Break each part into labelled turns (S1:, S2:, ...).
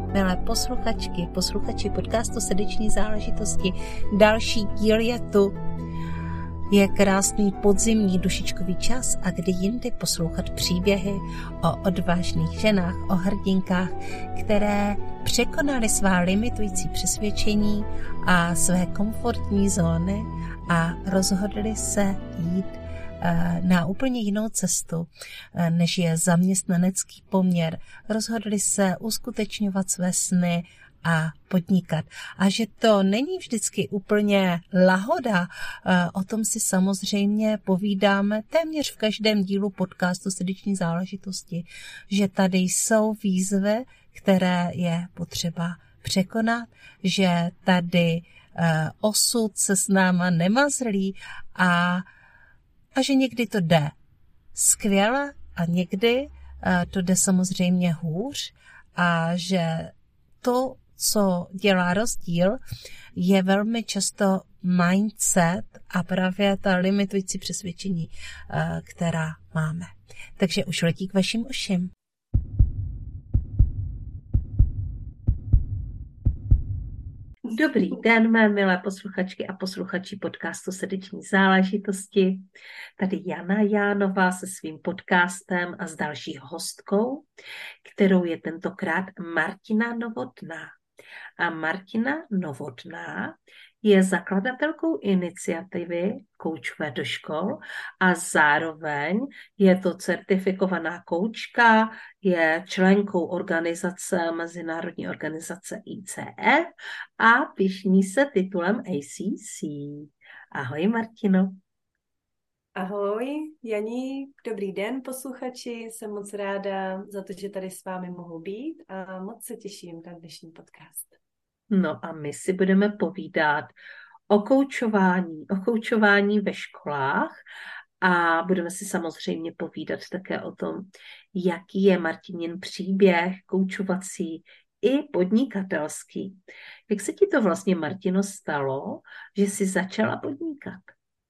S1: milé posluchačky, posluchači podcastu Srdeční záležitosti. Další díl je tu. Je krásný podzimní dušičkový čas a kdy jindy poslouchat příběhy o odvážných ženách, o hrdinkách, které překonaly svá limitující přesvědčení a své komfortní zóny a rozhodly se jít na úplně jinou cestu, než je zaměstnanecký poměr. Rozhodli se uskutečňovat své sny a podnikat. A že to není vždycky úplně lahoda, o tom si samozřejmě povídáme téměř v každém dílu podcastu Srdeční záležitosti, že tady jsou výzvy, které je potřeba překonat, že tady osud se s náma nemazlí a že někdy to jde skvěle a někdy to jde samozřejmě hůř a že to, co dělá rozdíl, je velmi často mindset a právě ta limitující přesvědčení, která máme. Takže už letí k vašim uším. Dobrý den, mé milé posluchačky a posluchači podcastu Srdeční záležitosti. Tady Jana Jánová se svým podcastem a s další hostkou, kterou je tentokrát Martina Novotná. A Martina Novotná je zakladatelkou iniciativy Koučové do škol a zároveň je to certifikovaná koučka, je členkou organizace, mezinárodní organizace ICF a pyšní se titulem ACC. Ahoj Martino.
S2: Ahoj, Janí, dobrý den posluchači, jsem moc ráda za to, že tady s vámi mohu být a moc se těším na dnešní podcast.
S1: No a my si budeme povídat o koučování ve školách a budeme si samozřejmě povídat také o tom, jaký je Martinin příběh koučovací i podnikatelský. Jak se ti to vlastně, Martino, stalo, že jsi začala podnikat?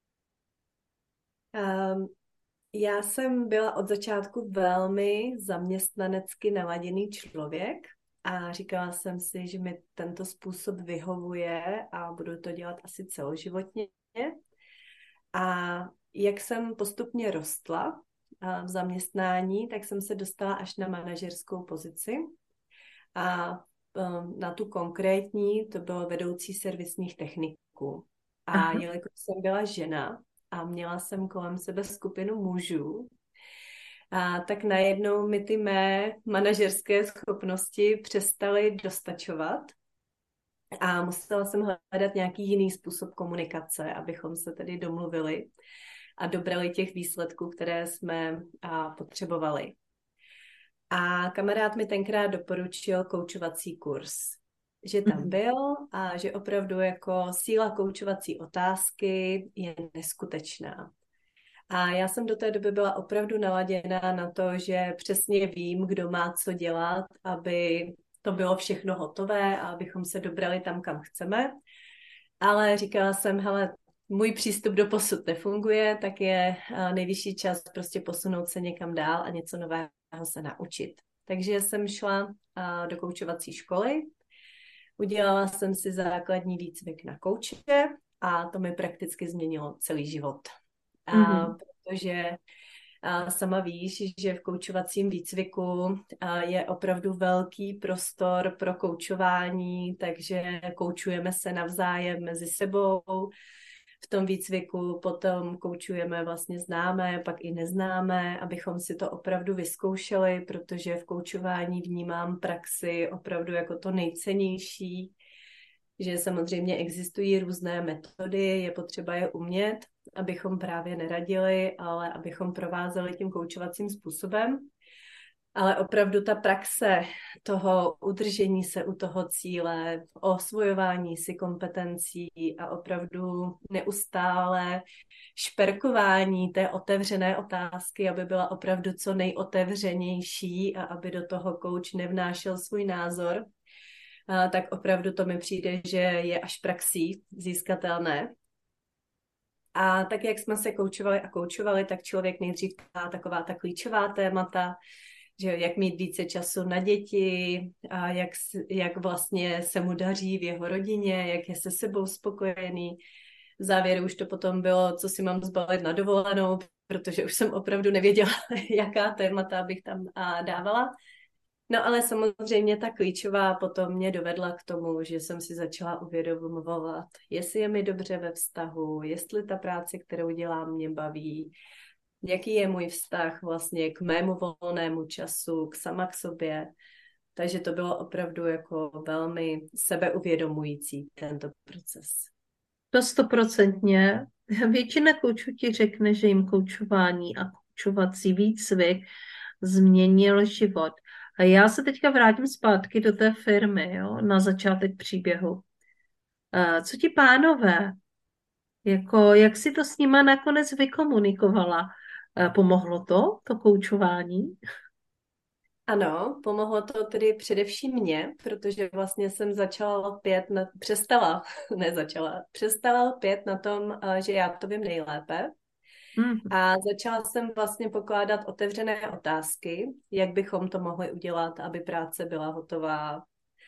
S2: Já jsem byla od začátku velmi zaměstnanecky naladěný člověk a říkala jsem si, že mi tento způsob vyhovuje a budu to dělat asi celoživotně. A jak jsem postupně rostla v zaměstnání, tak jsem se dostala až na manažerskou pozici. A na tu konkrétní to bylo vedoucí servisních techniků. A jelikož jsem byla žena a měla jsem kolem sebe skupinu mužů, tak najednou mi ty mé manažerské schopnosti přestaly dostačovat a musela jsem hledat nějaký jiný způsob komunikace, abychom se tedy domluvili a dobrali těch výsledků, které jsme potřebovali. A kamarád mi tenkrát doporučil koučovací kurz, že tam byl a že opravdu jako síla koučovací otázky je neskutečná. A já jsem do té doby byla opravdu naladěná na to, že přesně vím, kdo má co dělat, aby to bylo všechno hotové a abychom se dobrali tam, kam chceme. Ale říkala jsem, hele, můj přístup do posud nefunguje, tak je nejvyšší čas prostě posunout se někam dál a něco nového se naučit. Takže jsem šla do koučovací školy, udělala jsem si základní výcvik na kouče a to mi prakticky změnilo celý život. Protože sama víš, že v koučovacím výcviku je opravdu velký prostor pro koučování, takže koučujeme se navzájem mezi sebou. V tom výcviku potom koučujeme vlastně známé, pak i neznámé, abychom si to opravdu vyzkoušeli, protože v koučování vnímám praxi opravdu jako to nejcennější, že samozřejmě existují různé metody, je potřeba je umět, abychom právě neradili, ale abychom provázeli tím koučovacím způsobem. Ale opravdu ta praxe toho udržení se u toho cíle, osvojování si kompetencí a opravdu neustále šperkování té otevřené otázky, aby byla opravdu co nejotevřenější a aby do toho kouč nevnášel svůj názor, tak opravdu to mi přijde, že je až praxí získatelné. A tak, jak jsme se koučovali, tak člověk nejdřív taková ta klíčová témata, že jak mít více času na děti a jak vlastně se mu daří v jeho rodině, jak je se sebou spokojený. V závěru už to potom bylo, co si mám zbalit na dovolenou, protože už jsem opravdu nevěděla, jaká témata bych tam dávala. No ale samozřejmě ta klíčová potom mě dovedla k tomu, že jsem si začala uvědomovat, jestli je mi dobře ve vztahu, jestli ta práce, kterou dělám, mě baví, jaký je můj vztah vlastně k mému volnému času, sama k sobě. Takže to bylo opravdu jako velmi sebeuvědomující tento proces.
S3: To 100%. Většina koučů ti řekne, že jim koučování a koučovací výcvik změnil život. A já se teďka vrátím zpátky do té firmy, jo, na začátek příběhu. Co ti pánové, jak si to s nima nakonec vykomunikovala? Pomohlo to koučování?
S2: Ano, pomohlo to tedy především mě, protože vlastně jsem přestala lpět na tom, že já to vím nejlépe. A začala jsem vlastně pokládat otevřené otázky, jak bychom to mohli udělat, aby práce byla hotová.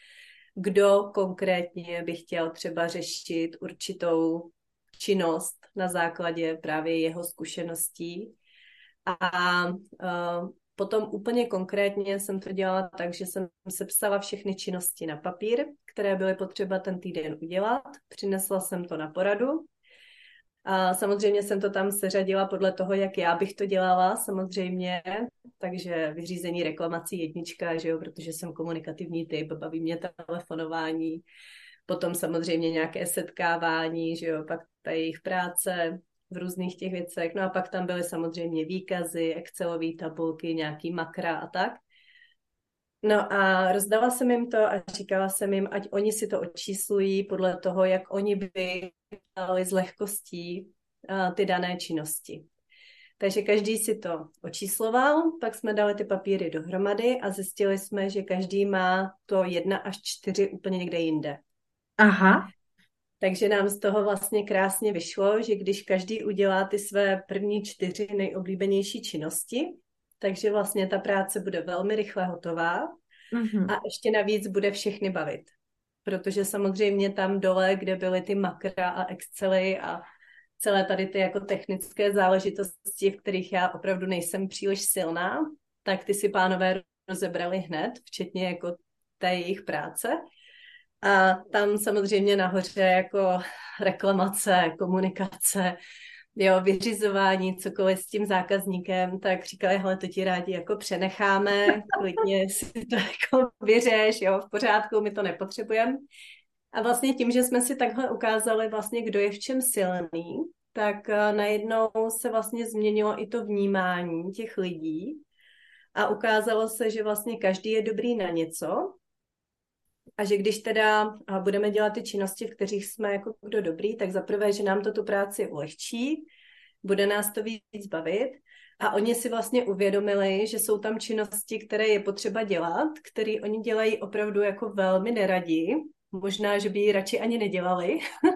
S2: Kdo konkrétně by chtěl třeba řešit určitou činnost na základě právě jeho zkušeností. A potom úplně konkrétně jsem to dělala tak, že jsem sepsala všechny činnosti na papír, které byly potřeba ten týden udělat. Přinesla jsem to na poradu. A samozřejmě jsem to tam seřadila podle toho, jak já bych to dělala, samozřejmě. Takže vyřízení reklamací 1, že jo, protože jsem komunikativní typ, baví mě telefonování. Potom samozřejmě nějaké setkávání, že jo, pak ta jejich práce v různých těch věcech. No a pak tam byly samozřejmě výkazy, excelové tabulky, nějaký makra a tak. No a rozdala jsem jim to a říkala jsem jim, ať oni si to odčíslují podle toho, jak oni by dali s lehkostí ty dané činnosti. Takže každý si to očísloval, pak jsme dali ty papíry dohromady a zjistili jsme, že každý má to 1 až 4 úplně někde jinde.
S3: Aha.
S2: Takže nám z toho vlastně krásně vyšlo, že když každý udělá ty své první 4 nejoblíbenější činnosti, takže vlastně ta práce bude velmi rychle hotová a ještě navíc bude všechny bavit. Protože samozřejmě tam dole, kde byly ty makra a excely a celé tady ty jako technické záležitosti, v kterých já opravdu nejsem příliš silná, tak ty si pánové rozebrali hned, včetně jako té jejich práce. A tam samozřejmě nahoře jako reklamace, komunikace, jo, vyřizování, cokoliv s tím zákazníkem, tak říkali, hele, to ti rádi jako přenecháme, klidně si to jako vyřeš, jo, v pořádku, my to nepotřebujeme. A vlastně tím, že jsme si takhle ukázali vlastně, kdo je v čem silný, tak najednou se vlastně změnilo i to vnímání těch lidí a ukázalo se, že vlastně každý je dobrý na něco a že když teda budeme dělat ty činnosti, v kterých jsme jako kdo dobrý, tak zaprvé, že nám to tu práci ulehčí, bude nás to víc bavit a oni si vlastně uvědomili, že jsou tam činnosti, které je potřeba dělat, které oni dělají opravdu jako velmi neradi, možná, že by ji radši ani nedělali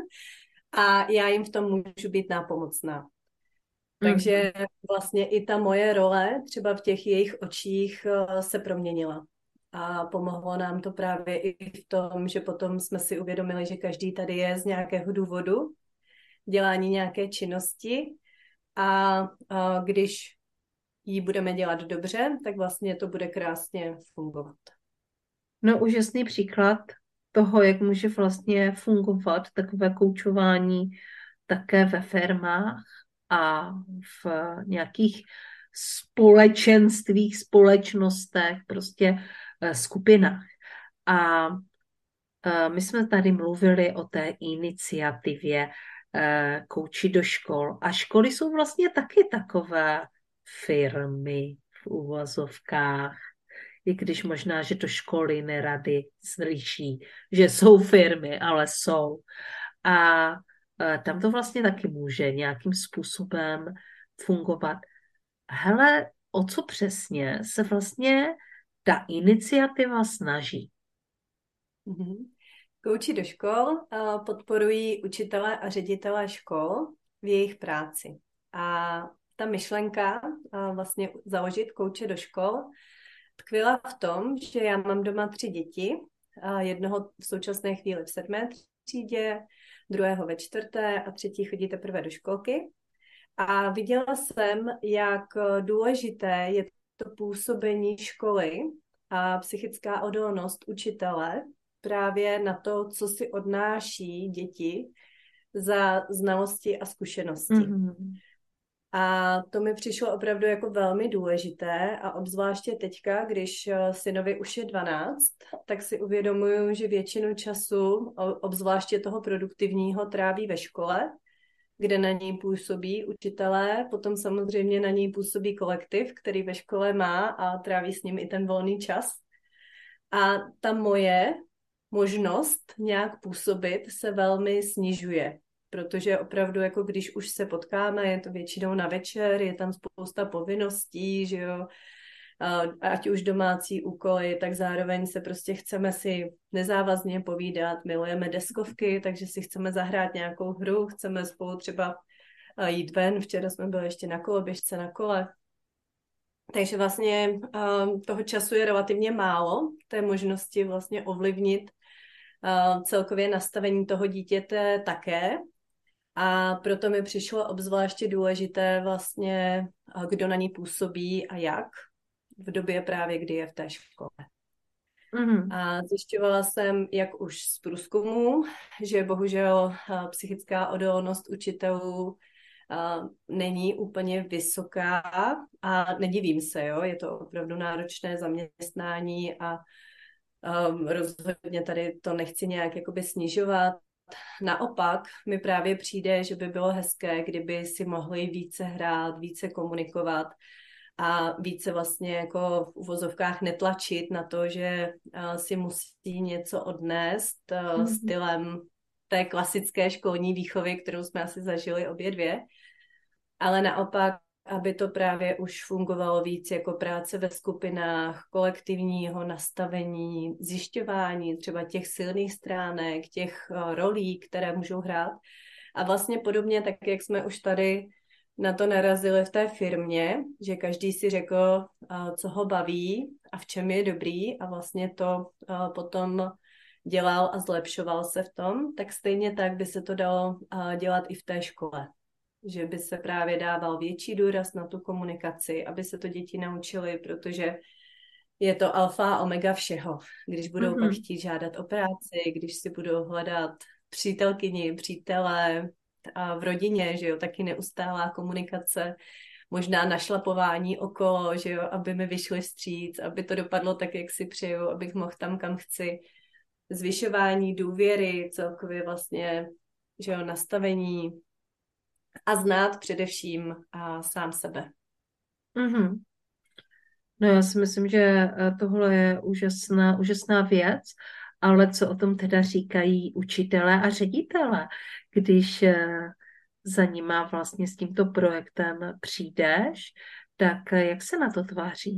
S2: a já jim v tom můžu být nápomocná. Takže vlastně i ta moje role třeba v těch jejich očích se proměnila. A pomohlo nám to právě i v tom, že potom jsme si uvědomili, že každý tady je z nějakého důvodu, dělání nějaké činnosti a když ji budeme dělat dobře, tak vlastně to bude krásně fungovat.
S3: No, úžasný příklad toho, jak může vlastně fungovat takové koučování také ve firmách a v nějakých společenstvích, společnostech, prostě skupinách. A my jsme tady mluvili o té iniciativě kouči do škol. A školy jsou vlastně taky takové firmy v uvozovkách. I když možná, že to školy nerady slyší, že jsou firmy, ale jsou. A tam to vlastně taky může nějakým způsobem fungovat. Hele, o co přesně se vlastně ta iniciativa snaží?
S2: Kouči do škol podporují učitelé a ředitelé škol v jejich práci. A ta myšlenka vlastně založit kouče do škol tkvěla v tom, že já mám doma 3 děti, a jednoho v současné chvíli v 7. třídě, druhého ve 4. a 3. chodí teprve do školky. A viděla jsem, jak důležité je to působení školy a psychická odolnost učitele právě na to, co si odnáší děti za znalosti a zkušenosti. Mm-hmm. A to mi přišlo opravdu jako velmi důležité a obzvláště teďka, když synovi už je 12, tak si uvědomuju, že většinu času, obzvláště toho produktivního, tráví ve škole, kde na něj působí učitelé, potom samozřejmě na něj působí kolektiv, který ve škole má a tráví s ním i ten volný čas. A ta moje možnost nějak působit se velmi snižuje, protože opravdu jako když už se potkáme, je to většinou na večer, je tam spousta povinností, že jo, ať už domácí úkoly, tak zároveň se prostě chceme si nezávazně povídat, milujeme deskovky, takže si chceme zahrát nějakou hru, chceme spolu třeba jít ven, včera jsme byli ještě na koloběžce na kole, takže vlastně toho času je relativně málo, té možnosti vlastně ovlivnit celkově nastavení toho dítěte také. A proto mi přišlo obzvláště důležité vlastně, kdo na ní působí a jak v době právě, kdy je v té škole. Mm-hmm. A zjišťovala jsem, jak už z průzkumu, že bohužel psychická odolnost učitelů není úplně vysoká a nedivím se, jo, je to opravdu náročné zaměstnání a rozhodně tady to nechci nějak jakoby snižovat. Naopak mi právě přijde, že by bylo hezké, kdyby si mohli více hrát, více komunikovat a více vlastně jako v uvozovkách netlačit na to, že si musí něco odnést stylem té klasické školní výchovy, kterou jsme asi zažili obě dvě, ale naopak, aby to právě už fungovalo víc jako práce ve skupinách, kolektivního nastavení, zjišťování třeba těch silných stránek, těch rolí, které můžou hrát. A vlastně podobně, tak jak jsme už tady na to narazili v té firmě, že každý si řekl, co ho baví a v čem je dobrý a vlastně to potom dělal a zlepšoval se v tom, tak stejně tak by se to dalo dělat i v té škole. Že by se právě dával větší důraz na tu komunikaci, aby se to děti naučily, protože je to alfa a omega všeho. Když budou pak chtít žádat o práci, když si budou hledat přítelkyni, přítele a v rodině, že jo, taky neustálá komunikace, možná našlapování okolo, že jo, aby mi vyšli vstříc, aby to dopadlo tak, jak si přeju, abych mohl tam, kam chci. Zvyšování důvěry, celkově vlastně, že jo, nastavení a znát především sám sebe.
S3: Mm-hmm. No já si myslím, že tohle je úžasná věc, ale co o tom teda říkají učitelé a ředitelé, když za nima vlastně s tímto projektem přijdeš, tak jak se na to tváří?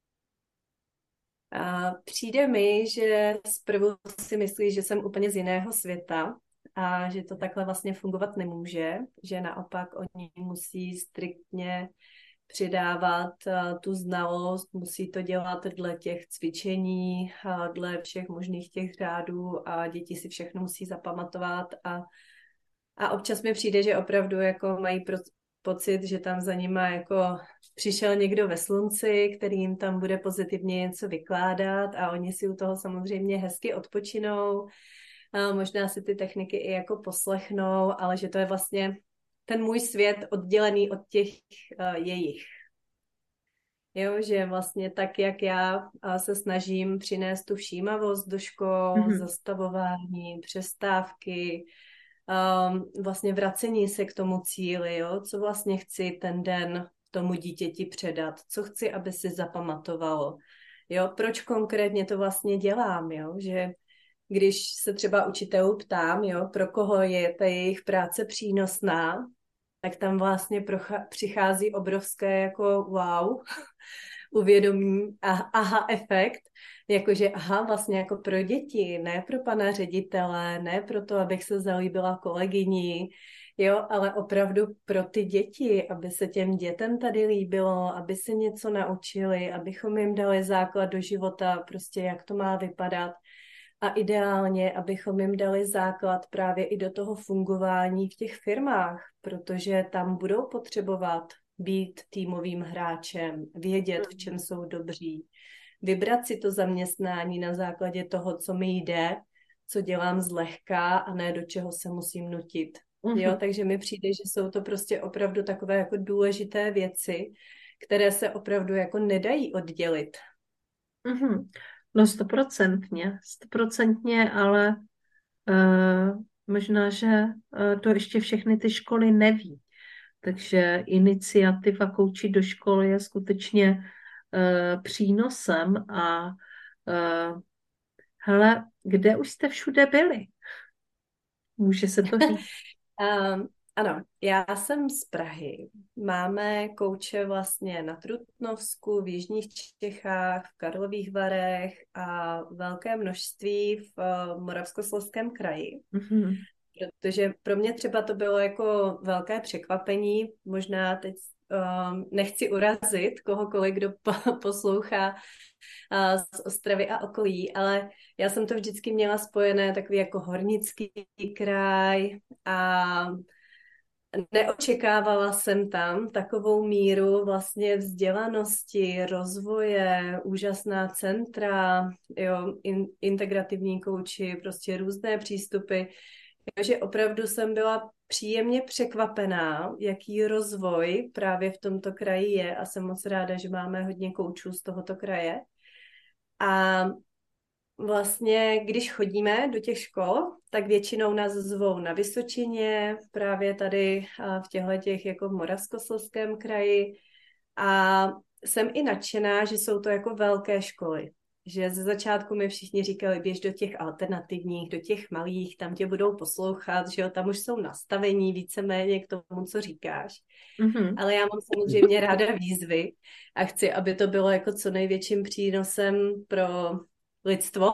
S2: Přijde mi, že zprvu si myslí, že jsem úplně z jiného světa a že to takhle vlastně fungovat nemůže, že naopak oni musí striktně přidávat tu znalost, musí to dělat dle těch cvičení, dle všech možných těch řádů a děti si všechno musí zapamatovat a občas mi přijde, že opravdu jako mají pocit, že tam za nima jako přišel někdo ve slunci, který jim tam bude pozitivně něco vykládat a oni si u toho samozřejmě hezky odpočinou. Možná si ty techniky i jako poslechnou, ale že to je vlastně ten můj svět oddělený od těch jejich. Jo, že vlastně tak, jak já se snažím přinést tu všímavost do škol, zastavování, přestávky, vlastně vracení se k tomu cíli, jo? Co vlastně chci ten den tomu dítěti předat, co chci, aby si zapamatovalo, jo? Proč konkrétně to vlastně dělám, jo? Že když se třeba učitelů ptám, jo, pro koho je ta jejich práce přínosná, tak tam vlastně přichází obrovské jako wow, uvědomí a aha efekt, jakože aha, vlastně jako pro děti, ne pro pana ředitele, ne pro to, abych se zalíbila kolegyni, Jo, ale opravdu pro ty děti, aby se těm dětem tady líbilo, aby se něco naučili, abychom jim dali základ do života, prostě jak to má vypadat. A ideálně, abychom jim dali základ právě i do toho fungování v těch firmách, protože tam budou potřebovat být týmovým hráčem, vědět, v čem jsou dobří, vybrat si to zaměstnání na základě toho, co mi jde, co dělám zlehka a ne do čeho se musím nutit. Jo, takže mi přijde, že jsou to prostě opravdu takové jako důležité věci, které se opravdu jako nedají oddělit.
S3: No 100%, ale možná, že to ještě všechny ty školy neví. Takže iniciativa Kouči do školy je skutečně přínosem a hele, kde už jste všude byli? Může se to říct?
S2: Ano, já jsem z Prahy. Máme kouče vlastně na Trutnovsku, v jižních Čechách, v Karlových Varech a velké množství v Moravskoslezském kraji. Protože pro mě třeba to bylo jako velké překvapení. Možná teď nechci urazit kohokoliv, kdo poslouchá z Ostravy a okolí, ale já jsem to vždycky měla spojené takový jako hornický kraj a neočekávala jsem tam takovou míru vlastně vzdělanosti, rozvoje, úžasná centra, jo, integrativní kouči, prostě různé přístupy. Takže opravdu jsem byla příjemně překvapená, jaký rozvoj právě v tomto kraji je a jsem moc ráda, že máme hodně koučů z tohoto kraje. A vlastně, když chodíme do těch škol, tak většinou nás zvou na Vysočině, právě tady v těch jako v Moravskoslezském kraji. A jsem i nadšená, že jsou to jako velké školy. Že ze začátku mi všichni říkali, běž do těch alternativních, do těch malých, tam tě budou poslouchat, že jo, tam už jsou nastavení víceméně k tomu, co říkáš. Ale já mám samozřejmě ráda výzvy a chci, aby to bylo jako co největším přínosem pro lidstvo.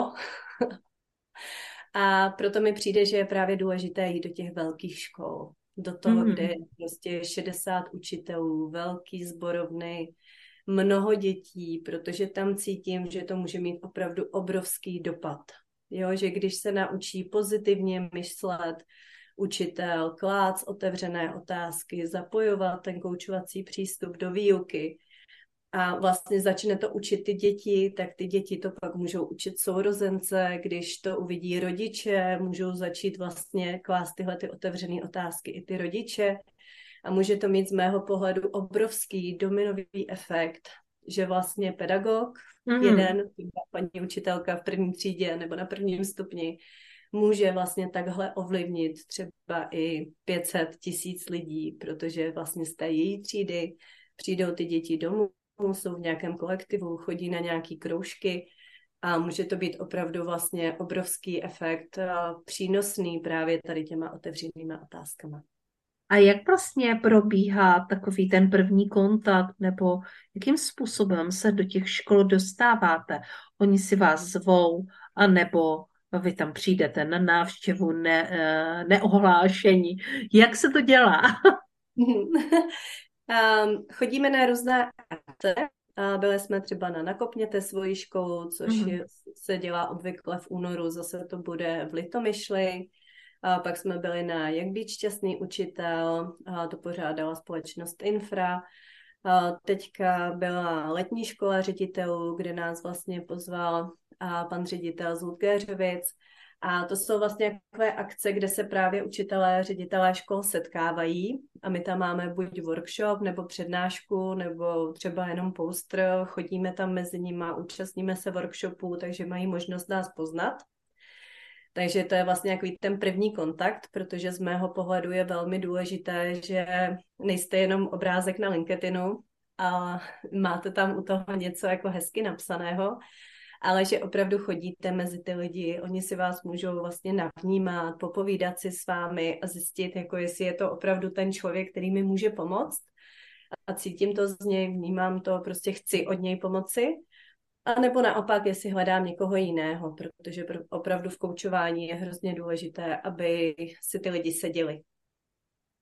S2: A proto mi přijde, že je právě důležité jít do těch velkých škol. Do toho, kde je prostě 60 učitelů, velký sborovny, mnoho dětí, protože tam cítím, že to může mít opravdu obrovský dopad. Jo, že když se naučí pozitivně myslet učitel, klást otevřené otázky, zapojovat ten koučovací přístup do výuky a vlastně začne to učit ty děti, tak ty děti to pak můžou učit sourozence, když to uvidí rodiče, můžou začít vlastně klást tyhle ty otevřené otázky i ty rodiče. A může to mít z mého pohledu obrovský dominový efekt, že vlastně pedagog, jeden, paní učitelka v první třídě nebo na prvním stupni, může vlastně takhle ovlivnit třeba i 500 000 lidí, protože vlastně z té její třídy přijdou ty děti domů, jsou v nějakém kolektivu, chodí na nějaký kroužky a může to být opravdu vlastně obrovský efekt, přínosný právě tady těma otevřenýma otázkama.
S3: A jak vlastně probíhá takový ten první kontakt, nebo jakým způsobem se do těch škol dostáváte? Oni si vás zvou, anebo vy tam přijdete na návštěvu neohlášení. Jak se to dělá?
S2: Chodíme na různé akce. Byli jsme třeba na Nakopněte svoji školu, což se dělá obvykle v únoru, zase to bude v Litomyšli. A pak jsme byli na Jak být šťastný učitel, to pořádala společnost Infra. Teďka byla letní škola ředitelů, kde nás vlastně pozval pan ředitel z Ludgéřovic. A to jsou vlastně takové akce, kde se právě učitelé, ředitelé škol setkávají a my tam máme buď workshop, nebo přednášku, nebo třeba jenom poster, chodíme tam mezi nimi, účastníme se workshopů, takže mají možnost nás poznat. Takže to je vlastně takový ten první kontakt, protože z mého pohledu je velmi důležité, že nejste jenom obrázek na LinkedInu a máte tam u toho něco jako hezky napsaného, ale že opravdu chodíte mezi ty lidi, oni si vás můžou vlastně navnímat, popovídat si s vámi a zjistit, jako jestli je to opravdu ten člověk, který mi může pomoct a cítím to z něj, vnímám to, prostě chci od něj pomoci. A nebo naopak, jestli hledám někoho jiného, protože opravdu v koučování je hrozně důležité, aby si ty lidi seděli.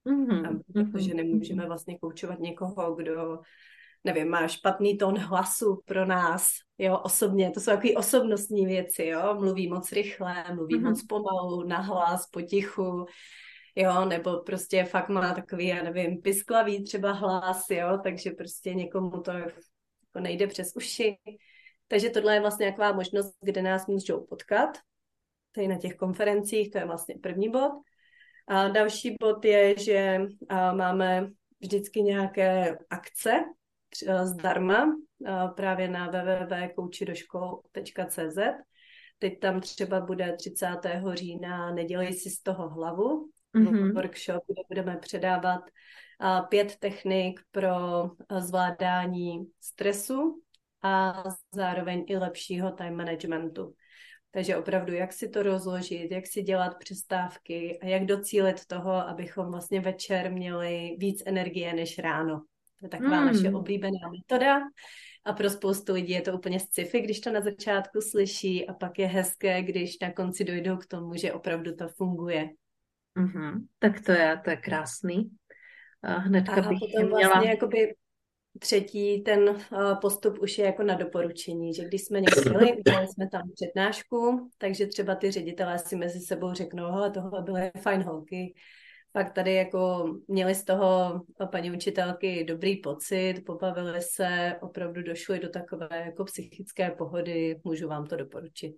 S2: Protože nemůžeme vlastně koučovat někoho, kdo, nevím, má špatný tón hlasu pro nás, jo, osobně. To jsou takové osobnostní věci, jo. Mluví moc rychle, mluví moc pomalu, nahlas, potichu, jo, nebo prostě fakt má takový, já nevím, pisklavý třeba hlas, jo, takže prostě někomu to jako nejde přes uši. Takže tohle je vlastně taková možnost, kde nás můžou potkat. Tady na těch konferencích, to je vlastně první bod. A další bod je, že máme vždycky nějaké akce zdarma, právě na www.koučidoškol.cz. Teď tam třeba bude 30. října Nedělej si z toho hlavu, workshop, kde budeme předávat 5 technik pro zvládání stresu a zároveň i lepšího time managementu. Takže opravdu, jak si to rozložit, jak si dělat přestávky a jak docílit toho, abychom vlastně večer měli víc energie než ráno. To je taková naše oblíbená metoda a pro spoustu lidí je to úplně sci-fi, když to na začátku slyší a pak je hezké, když na konci dojdou k tomu, že opravdu to funguje.
S3: Tak to je krásný. Hnedka bych
S2: potom
S3: měla...
S2: vlastně jakoby třetí ten postup už je jako na doporučení, že když jsme někde byli, udělali jsme tam přednášku, takže třeba ty ředitelé si mezi sebou řeknou, hele, tohle byly fajn holky, pak tady jako měli z toho paní učitelky dobrý pocit, pobavili se, opravdu došli do takové jako psychické pohody, můžu vám to doporučit.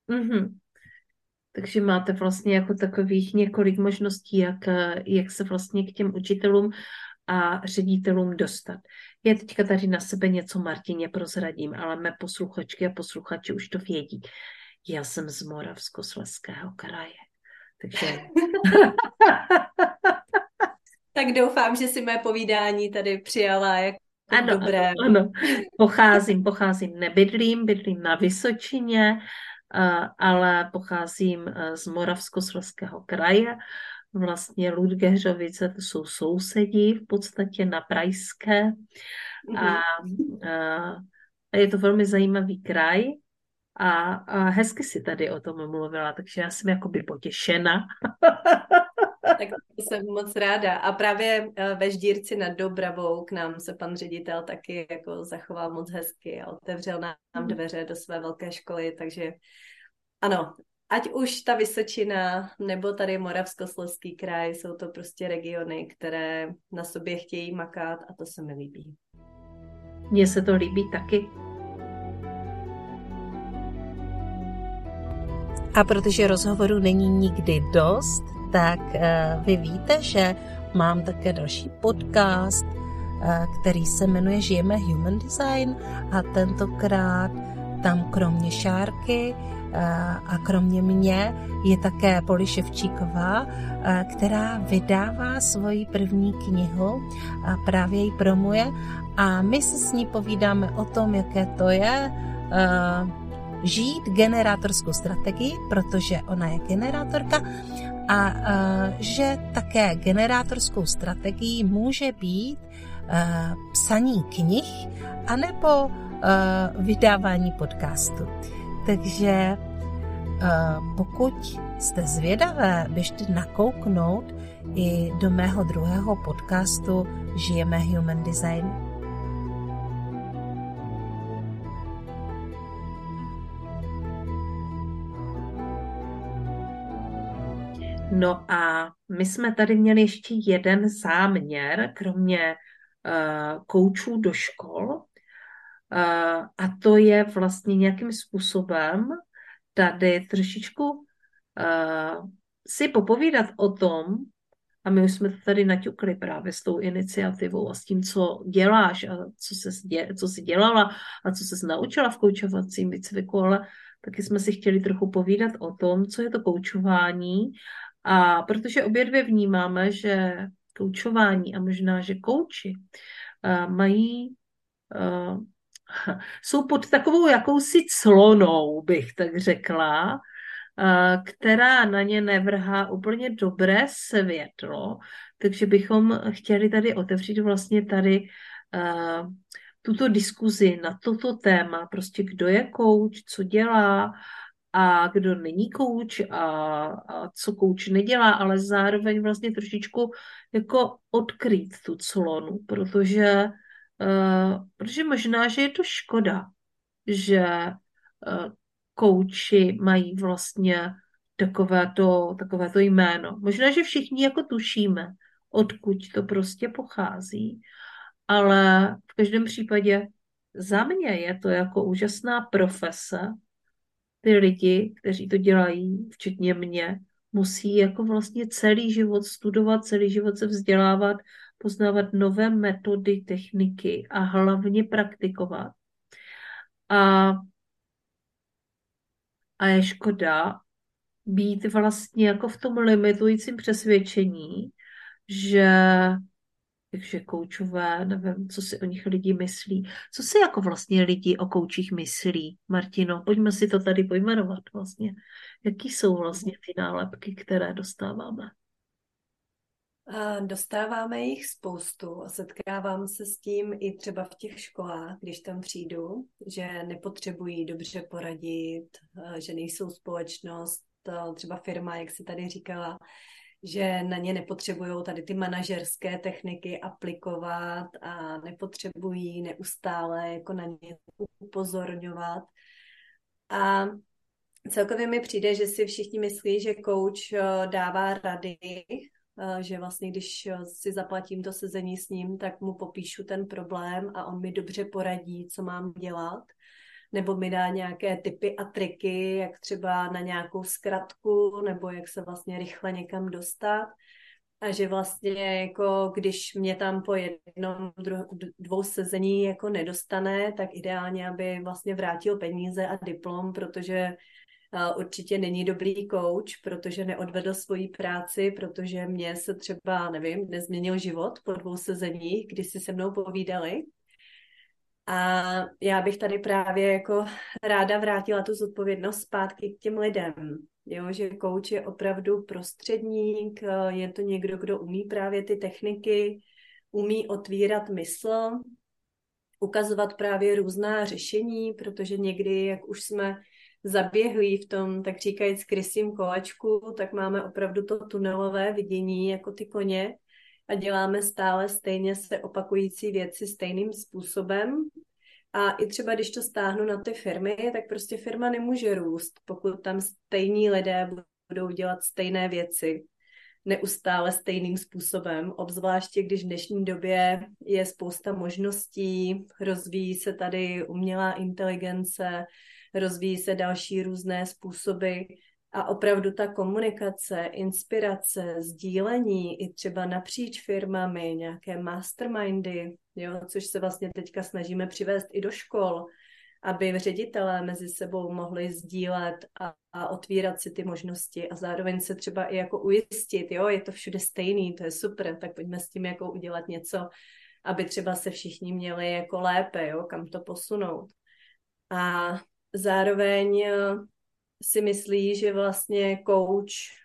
S3: Takže máte vlastně jako takových několik možností, jak se vlastně k těm učitelům a ředitelům dostat. Já teďka tady na sebe něco Martině prozradím, ale mé posluchačky a posluchači už to vědí. Já jsem z Moravskoslezského kraje. Takže...
S2: Tak doufám, že si mé povídání tady přijala jako dobré.
S3: Ano. Pocházím, nebydlím, bydlím na Vysočině, ale pocházím z Moravskoslezského kraje. Vlastně Ludgeřovice, to jsou sousedí v podstatě na Pražské. A je to velmi zajímavý kraj a hezky si tady o tom mluvila, takže já jsem jakoby potěšena.
S2: Tak to jsem moc ráda. A právě ve Ždírci nad Dobravou k nám se pan ředitel taky jako zachoval moc hezky a otevřel nám dveře do své velké školy, takže ano, ať už ta Vysočina nebo tady Moravskoslezský kraj, jsou to prostě regiony, které na sobě chtějí makat a to se mi líbí.
S3: Mně se to líbí taky.
S1: A protože rozhovoru není nikdy dost, tak vy víte, že mám také další podcast, který se jmenuje Žijeme Human Design a tentokrát tam kromě Šárky a kromě mě je také Poli Ševčíková, která vydává svoji první knihu a právě ji promuje a my si s ní povídáme o tom, jaké to je žít generátorskou strategii, protože ona je generátorka a že také generátorskou strategií může být psaní knih anebo vydávání podcastu. Takže pokud jste zvědavé, běžte nakouknout i do mého druhého podcastu Žijeme Human Design.
S3: No a my jsme tady měli ještě jeden záměr, kromě koučů do škol, a to je vlastně nějakým způsobem tady trošičku si popovídat o tom, a my už jsme to tady naťukli právě s tou iniciativou a s tím, co děláš a co jsi dělala a co jsi naučila v koučovacím výcviku, ale taky jsme si chtěli trochu povídat o tom, co je to koučování. A protože obě dvě vnímáme, že koučování a možná, že kouči jsou pod takovou jakousi clonou, bych tak řekla, která na ně nevrhá úplně dobré světlo, takže bychom chtěli tady otevřít vlastně tady tuto diskuzi na toto téma, prostě kdo je kouč, co dělá a kdo není kouč a co kouč nedělá, ale zároveň vlastně trošičku jako odkrýt tu clonu, protože možná, že je to škoda, že kouči mají vlastně takovéto jméno. Možná, že všichni jako tušíme, odkud to prostě pochází, ale v každém případě za mě je to jako úžasná profese. Ty lidi, kteří to dělají, včetně mě, musí jako vlastně celý život studovat, celý život se vzdělávat, poznávat nové metody, techniky a hlavně praktikovat. A je škoda být vlastně jako v tom limitujícím přesvědčení, takže koučové, nevím, co si o nich lidi myslí. Co si jako vlastně lidi o koučích myslí, Martino? Pojďme si to tady pojmenovat vlastně. Jaký jsou vlastně ty nálepky, které dostáváme?
S2: Dostáváme jich spoustu a setkávám se s tím i třeba v těch školách, když tam přijdu, že nepotřebují dobře poradit, že nejsou společnost, třeba firma, jak si tady říkala, že na ně nepotřebují tady ty manažerské techniky aplikovat a nepotřebují neustále jako na ně upozorňovat. A celkově mi přijde, že si všichni myslí, že coach dává rady, že vlastně když si zaplatím to sezení s ním, tak mu popíšu ten problém a on mi dobře poradí, co mám dělat, nebo mi dá nějaké tipy a triky, jak třeba na nějakou zkratku, nebo jak se vlastně rychle někam dostat. A že vlastně jako když mě tam po jednom, dvou sezení jako nedostane, tak ideálně, aby vlastně vrátil peníze a diplom, protože určitě není dobrý coach, protože neodvedl svoji práci, protože mě se třeba, nevím, nezměnil život po 2 sezeních, kdy si se mnou povídali. A já bych tady právě jako ráda vrátila tu zodpovědnost zpátky k těm lidem. Jo, že coach je opravdu prostředník, je to někdo, kdo umí právě ty techniky, umí otvírat mysl, ukazovat právě různá řešení, protože někdy, jak už jsme zaběhlí v tom, tak říkajíc, krysím kolečku, tak máme opravdu to tunelové vidění jako ty koně a děláme stále stejně se opakující věci stejným způsobem. A i třeba, když to stáhnu na ty firmy, tak prostě firma nemůže růst, pokud tam stejní lidé budou dělat stejné věci neustále stejným způsobem, obzvláště když v dnešní době je spousta možností, rozvíjí se tady umělá inteligence, rozvíjí se další různé způsoby a opravdu ta komunikace, inspirace, sdílení i třeba napříč firmami, nějaké mastermindy, jo, což se vlastně teďka snažíme přivést i do škol, aby ředitelé mezi sebou mohli sdílet a otvírat si ty možnosti a zároveň se třeba i jako ujistit, jo, je to všude stejný, to je super, tak pojďme s tím jako udělat něco, aby třeba se všichni měli jako lépe, jo, kam to posunout. A zároveň si myslí, že vlastně coach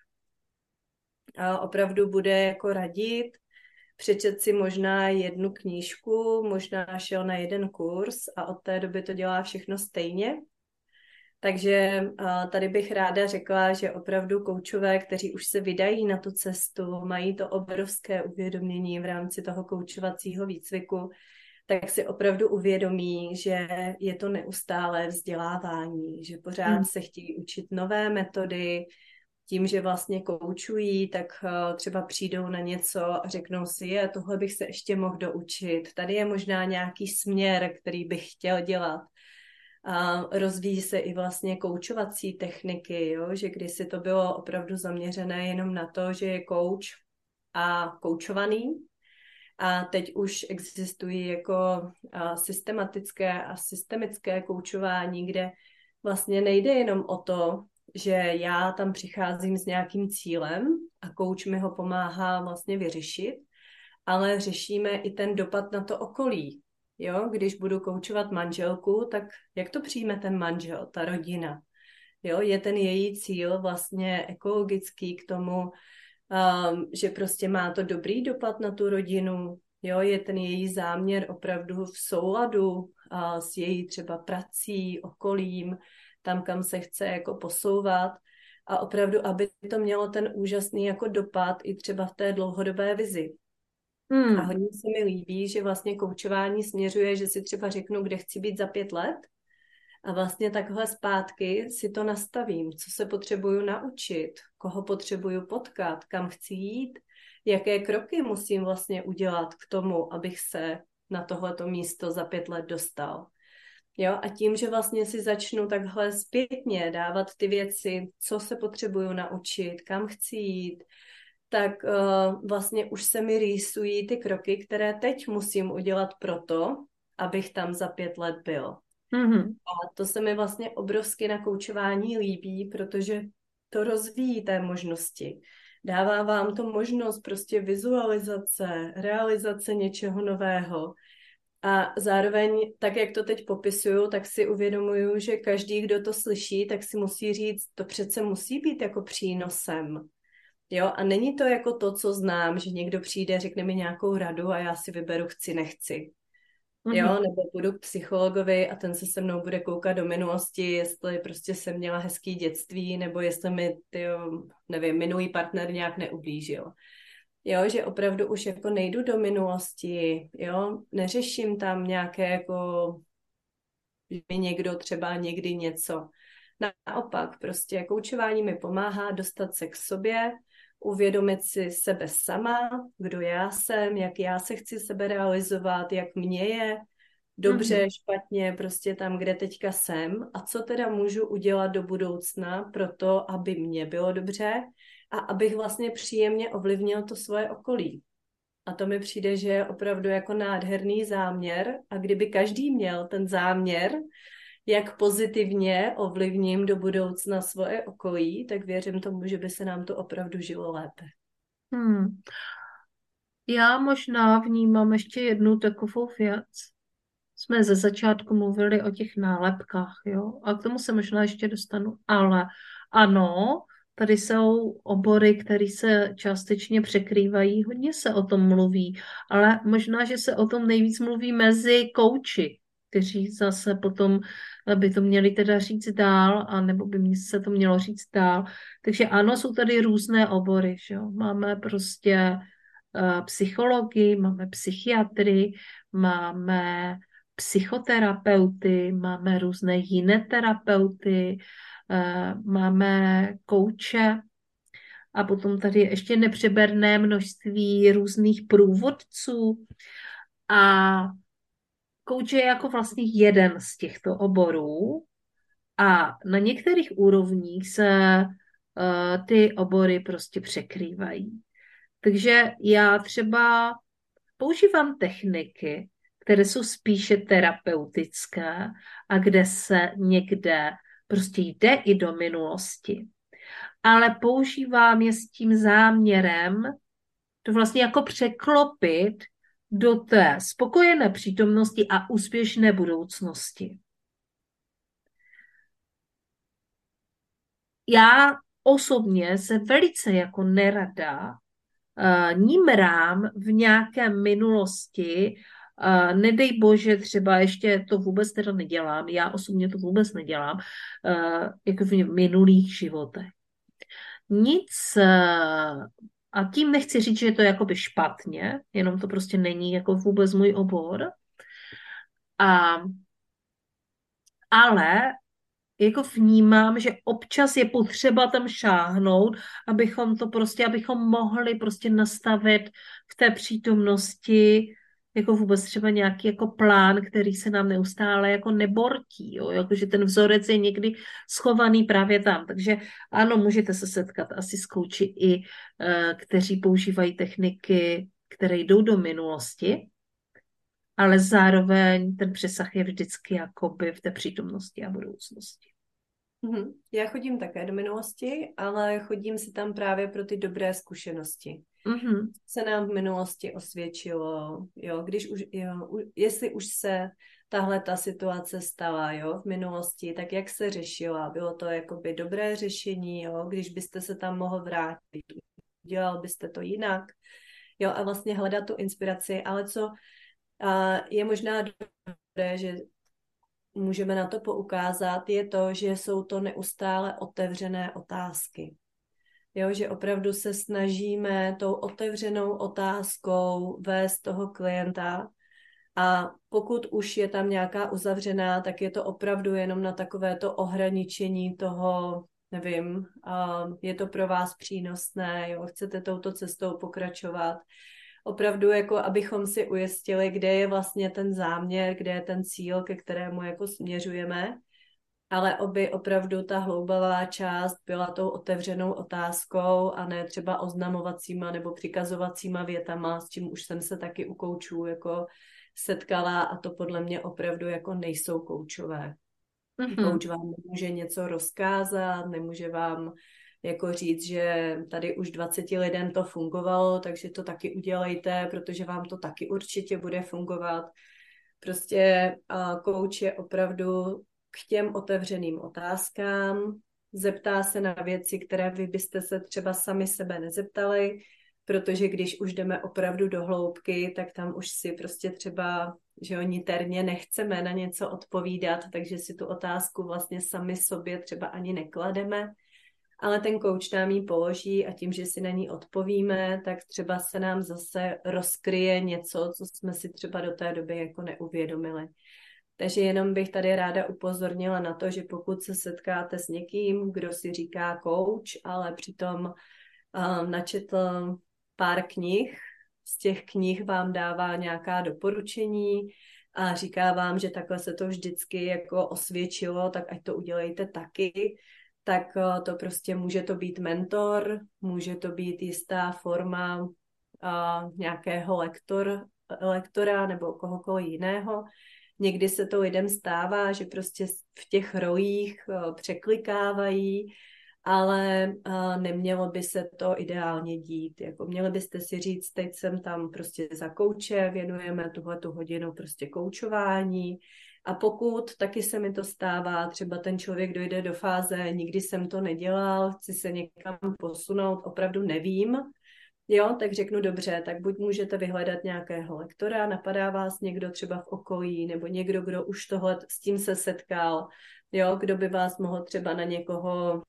S2: opravdu bude jako radit, přečet si možná 1 knížku, možná šel na 1 kurz a od té doby to dělá všechno stejně. Takže tady bych ráda řekla, že opravdu koučové, kteří už se vydají na tu cestu, mají to obrovské uvědomění v rámci toho koučovacího výcviku, tak si opravdu uvědomí, že je to neustálé vzdělávání, že pořád se chtějí učit nové metody, tím, že vlastně koučují, tak třeba přijdou na něco a řeknou si, tohle bych se ještě mohl doučit, tady je možná nějaký směr, který bych chtěl dělat. A rozvíjí se i vlastně koučovací techniky, jo? Že kdysi to bylo opravdu zaměřené jenom na to, že je kouč a koučovaný. A teď už existují jako systematické a systemické koučování, kde vlastně nejde jenom o to, že já tam přicházím s nějakým cílem a kouč mi ho pomáhá vlastně vyřešit, ale řešíme i ten dopad na to okolí. Jo? Když budu koučovat manželku, tak jak to přijme ten manžel, ta rodina? Jo? Je ten její cíl vlastně ekologický k tomu, že prostě má to dobrý dopad na tu rodinu, jo? Je ten její záměr opravdu v souladu s její třeba prací, okolím, tam, kam se chce jako posouvat a opravdu, aby to mělo ten úžasný jako dopad i třeba v té dlouhodobé vizi. A hodně se mi líbí, že vlastně koučování směřuje, že si třeba řeknu, kde chci být za 5 let a vlastně takhle zpátky si to nastavím, co se potřebuju naučit, koho potřebuju potkat, kam chci jít, jaké kroky musím vlastně udělat k tomu, abych se na tohleto místo za 5 let dostal. Jo, a tím, že vlastně si začnu takhle zpětně dávat ty věci, co se potřebuju naučit, kam chci jít, tak vlastně už se mi rýsují ty kroky, které teď musím udělat proto, abych tam za 5 let byl. A to se mi vlastně obrovsky na koučování líbí, protože to rozvíjí té možnosti. Dává vám to možnost prostě vizualizace, realizace něčeho nového. A zároveň, tak jak to teď popisuju, tak si uvědomuju, že každý, kdo to slyší, tak si musí říct, to přece musí být jako přínosem. Jo, a není to jako to, co znám, že někdo přijde, řekne mi nějakou radu a já si vyberu chci, nechci. Jo, nebo půjdu k psychologovi a ten se se mnou bude koukat do minulosti, jestli prostě jsem měla hezký dětství, nebo jestli mi, nevím, minulý partner nějak neublížil. Jo, že opravdu už jako nejdu do minulosti, jo, neřeším tam nějaké jako, že mi někdo třeba někdy něco. Naopak, prostě koučování mi pomáhá dostat se k sobě, uvědomit si sebe sama, kdo já jsem, jak já se chci sebe realizovat, jak mě je dobře, špatně, prostě tam, kde teďka jsem a co teda můžu udělat do budoucna pro to, aby mě bylo dobře a abych vlastně příjemně ovlivnil to svoje okolí. A to mi přijde, že je opravdu jako nádherný záměr a kdyby každý měl ten záměr, jak pozitivně ovlivním do budoucna svoje okolí, tak věřím tomu, že by se nám to opravdu žilo lépe.
S3: Já možná vnímám ještě jednu takovou věc. Jsme ze začátku mluvili o těch nálepkách, jo? A k tomu se možná ještě dostanu. Ale ano, tady jsou obory, které se částečně překrývají, hodně se o tom mluví, ale možná, že se o tom nejvíc mluví mezi kouči, kteří zase potom by to měli teda říct dál, anebo by se to mělo říct dál. Takže ano, jsou tady různé obory, že jo? Máme prostě psychologii, máme psychiatry, máme psychoterapeuty, máme různé jiné terapeuty, máme kouče a potom tady je ještě nepřeberné množství různých průvodců a kouč je jako vlastně jeden z těchto oborů a na některých úrovních se ty obory prostě překrývají. Takže já třeba používám techniky, které jsou spíše terapeutické a kde se někde prostě jde i do minulosti. Ale používám je s tím záměrem to vlastně jako překlopit do té spokojené přítomnosti a úspěšné budoucnosti. Já osobně se velice jako nerada nímrám v nějaké minulosti, nedej bože, třeba ještě to vůbec teda nedělám, já osobně to vůbec nedělám, jako v minulých životech. Nic, a tím nechci říct, že je to jakoby špatně, jenom to prostě není jako vůbec můj obor, ale jako vnímám, že občas je potřeba tam šáhnout, abychom mohli prostě nastavit v té přítomnosti jako vůbec třeba nějaký jako plán, který se nám neustále jako nebortí, jo? Jakože ten vzorec je někdy schovaný právě tam. Takže ano, můžete se setkat asi s kouči i, kteří používají techniky, které jdou do minulosti, ale zároveň ten přesah je vždycky jakoby v té přítomnosti a budoucnosti.
S2: Já chodím také do minulosti, ale chodím si tam právě pro ty dobré zkušenosti. Se nám v minulosti osvědčilo, jo, jestli už se tahle ta situace stala, jo, v minulosti, tak jak se řešila, bylo to jakoby dobré řešení, jo, když byste se tam mohl vrátit, udělal byste to jinak, jo, a vlastně hledat tu inspiraci, ale co je možná dobré, že můžeme na to poukázat, je to, že jsou to neustále otevřené otázky. Jo, že opravdu se snažíme tou otevřenou otázkou vést toho klienta a pokud už je tam nějaká uzavřená, tak je to opravdu jenom na takovéto ohraničení toho, nevím, je to pro vás přínosné, jo, chcete touto cestou pokračovat. Opravdu, jako abychom si ujistili, kde je vlastně ten záměr, kde je ten cíl, ke kterému jako směřujeme, ale aby opravdu ta hloubavá část byla tou otevřenou otázkou a ne třeba oznamovacíma nebo přikazovacíma větama, s čím už jsem se taky u koučů jako setkala a to podle mě opravdu jako nejsou koučové. Kouč vám nemůže něco rozkázat, nemůže vám jako říct, že tady už 20 lidem to fungovalo, takže to taky udělejte, protože vám to taky určitě bude fungovat. Prostě kouč je opravdu k těm otevřeným otázkám, zeptá se na věci, které vy byste se třeba sami sebe nezeptali, protože když už jdeme opravdu do hloubky, tak tam už si prostě třeba, že niterně nechceme na něco odpovídat, takže si tu otázku vlastně sami sobě třeba ani neklademe, ale ten kouč nám ji položí a tím, že si na ní odpovíme, tak třeba se nám zase rozkryje něco, co jsme si třeba do té doby jako neuvědomili. Takže jenom bych tady ráda upozornila na to, že pokud se setkáte s někým, kdo si říká kouč, ale přitom načetl pár knih, z těch knih vám dává nějaká doporučení a říká vám, že takhle se to vždycky jako osvědčilo, tak ať to udělejte taky, tak to prostě může to být mentor, může to být jistá forma nějakého lektora nebo kohokoliv jiného. Někdy se to lidem stává, že prostě v těch rolích překlikávají, ale nemělo by se to ideálně dít. Jako měli byste si říct, teď jsem tam prostě za kouče, věnujeme tuhletu hodinu prostě koučování a pokud taky se mi to stává, třeba ten člověk dojde do fáze, nikdy jsem to nedělal, chci se někam posunout, opravdu nevím, jo, tak řeknu dobře, tak buď můžete vyhledat nějakého lektora, napadá vás někdo třeba v okolí, nebo někdo, kdo už tohle s tím se setkal, jo, kdo by vás mohl třeba na někoho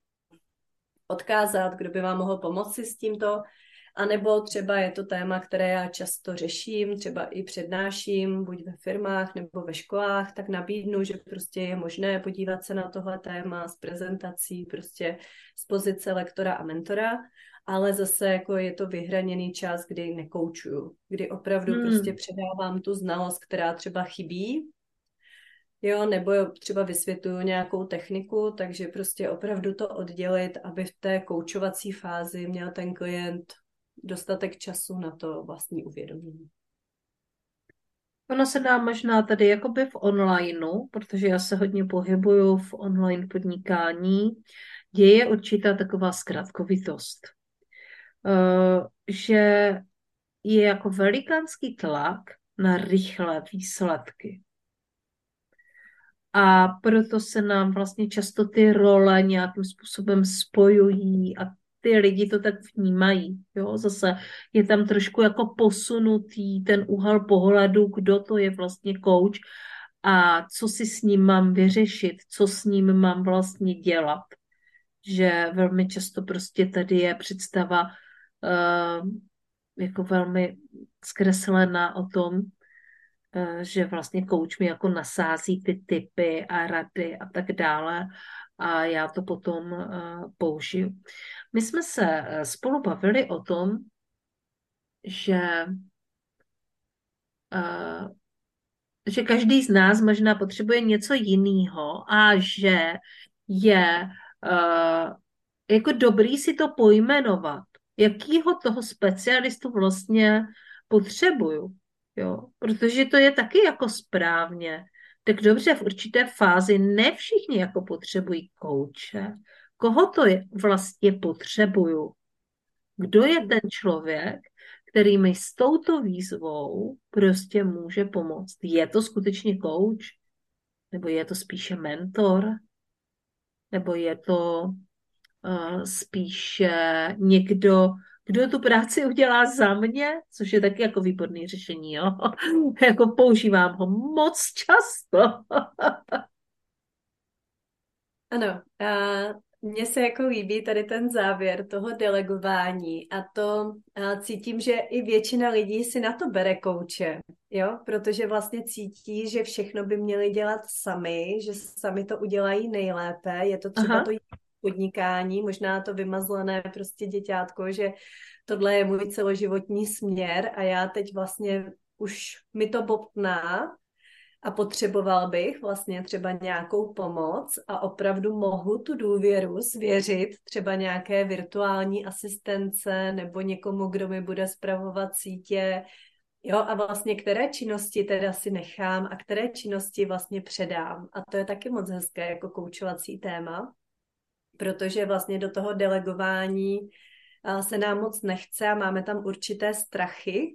S2: odkázat, kdo by vám mohl pomoci s tímto, anebo třeba je to téma, které já často řeším, třeba i přednáším, buď ve firmách nebo ve školách, tak nabídnu, že prostě je možné podívat se na tohle téma s prezentací, prostě z pozice lektora a mentora, ale zase jako je to vyhraněný čas, kdy nekoučuju, kdy opravdu prostě předávám tu znalost, která třeba chybí, jo, nebo třeba vysvětluju nějakou techniku, takže prostě opravdu to oddělit, aby v té koučovací fázi měl ten klient dostatek času na to vlastní uvědomění.
S3: Ono se dá možná tady jakoby v onlineu, protože já se hodně pohybuju v online podnikání, děje určitá taková zkratkovitost. Že je jako velikánský tlak na rychlé výsledky. A proto se nám vlastně často ty role nějakým způsobem spojují a ty lidi to tak vnímají. Jo? Zase je tam trošku jako posunutý ten úhel pohledu, kdo to je vlastně coach a co si s ním mám vyřešit, co s ním mám vlastně dělat. Že velmi často prostě tady je představa jako velmi zkreslená o tom, že vlastně coach mi jako nasází ty tipy a rady a tak dále a já to potom použiju. My jsme se spolu bavili o tom, že každý z nás možná potřebuje něco jiného a že je jako dobrý si to pojmenovat, jakýho toho specialistu vlastně potřebuju. Jo, protože to je taky jako správně. Tak dobře, v určité fázi ne všichni jako potřebují kouče. Koho to je vlastně potřebuju? Kdo je ten člověk, který mi s touto výzvou prostě může pomoct? Je to skutečně kouč? Nebo je to spíše mentor? Nebo je to spíše někdo, kdo tu práci udělá za mě, což je taky jako výborné řešení, jo? Jako používám ho moc často.
S2: Ano, mně se jako líbí tady ten závěr toho delegování a to cítím, že i většina lidí si na to bere kouče, jo, protože vlastně cítí, že všechno by měli dělat sami, že sami to udělají nejlépe, je to třeba
S3: Aha.
S2: to podnikání, možná to vymazlené prostě děťátko, že tohle je můj celoživotní směr a já teď vlastně už mi to bobtná, a potřeboval bych vlastně třeba nějakou pomoc a opravdu mohu tu důvěru svěřit třeba nějaké virtuální asistence nebo někomu, kdo mi bude spravovat sítě, jo, a vlastně které činnosti teda si nechám a které činnosti vlastně předám. A to je taky moc hezké jako koučovací téma, protože vlastně do toho delegování se nám moc nechce a máme tam určité strachy.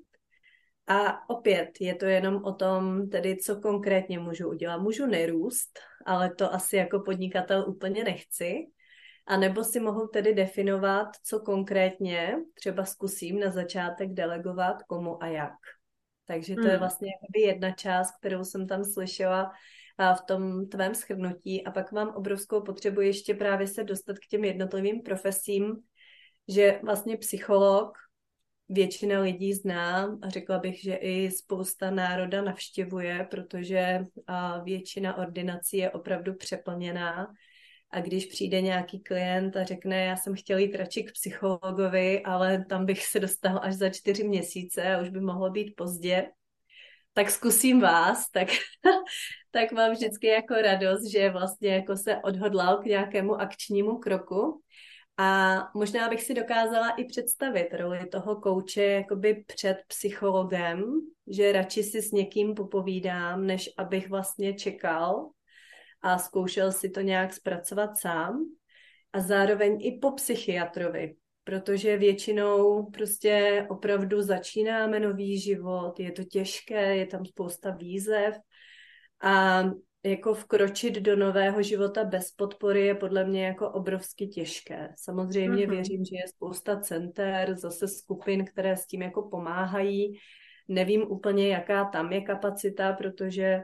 S2: A opět je to jenom o tom, tedy co konkrétně můžu udělat. Můžu nerůst, ale to asi jako podnikatel úplně nechci. A nebo si mohu tedy definovat, co konkrétně třeba zkusím na začátek delegovat, komu a jak. Takže to je vlastně jakoby jedna část, kterou jsem tam slyšela v tom tvém shrnutí. A pak mám obrovskou potřebu ještě právě se dostat k těm jednotlivým profesím, že vlastně psycholog většina lidí zná a řekla bych, že i spousta národa navštěvuje, protože většina ordinací je opravdu přeplněná. A když přijde nějaký klient a řekne, já jsem chtěl jít radši k psychologovi, ale tam bych se dostal až za 4 měsíce a už by mohlo být pozdě, tak zkusím vás, tak mám vždycky jako radost, že vlastně jako se odhodlal k nějakému akčnímu kroku. A možná bych si dokázala i představit roli toho kouče jakoby před psychologem, že radši si s někým popovídám, než abych vlastně čekal a zkoušel si to nějak zpracovat sám. A zároveň i po psychiatrovi, protože většinou prostě opravdu začínáme nový život, je to těžké, je tam spousta výzev a jako vkročit do nového života bez podpory je podle mě jako obrovsky těžké. Samozřejmě věřím, že je spousta center, zase skupin, které s tím jako pomáhají. Nevím úplně, jaká tam je kapacita, protože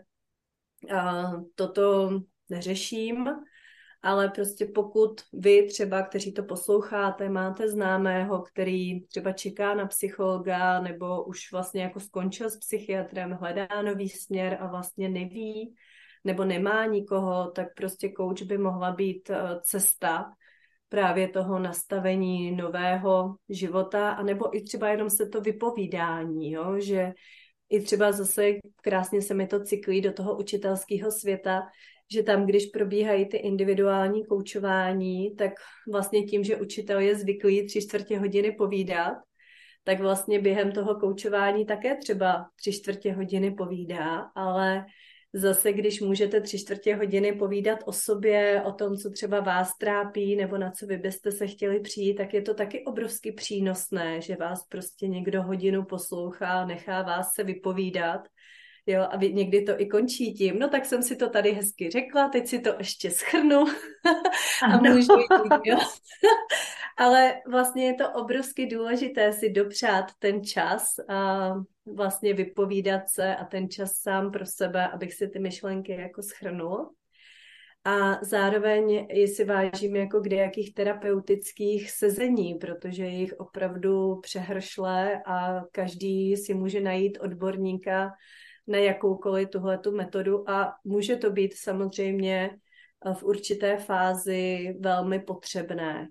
S2: toto neřeším, ale prostě pokud vy třeba, kteří to posloucháte, máte známého, který třeba čeká na psychologa nebo už vlastně jako skončil s psychiatrem, hledá nový směr a vlastně neví, nebo nemá nikoho, tak prostě coach by mohla být cesta právě toho nastavení nového života, anebo i třeba jenom se to vypovídání, jo? Že i třeba zase krásně se mi to cyklí do toho učitelského světa, že tam, když probíhají ty individuální koučování, tak vlastně tím, že učitel je zvyklý 3/4 hodiny povídat, tak vlastně během toho koučování také třeba 3/4 hodiny povídá, ale zase, když můžete 3/4 hodiny povídat o sobě, o tom, co třeba vás trápí, nebo na co vy byste se chtěli přijít, tak je to taky obrovsky přínosné, že vás prostě někdo hodinu poslouchá, nechá vás se vypovídat. Jo, a někdy to i končí tím, no tak jsem si to tady hezky řekla, teď si to ještě shrnu a můžu jít, jo. Ale vlastně je to obrovsky důležité si dopřát ten čas a vlastně vypovídat se a ten čas sám pro sebe, abych si ty myšlenky jako shrnul. A zároveň si vážím jako kdejakých terapeutických sezení, protože je jich opravdu přehršle a každý si může najít odborníka na jakoukoliv tuhletu metodu a může to být samozřejmě v určité fázi velmi potřebné.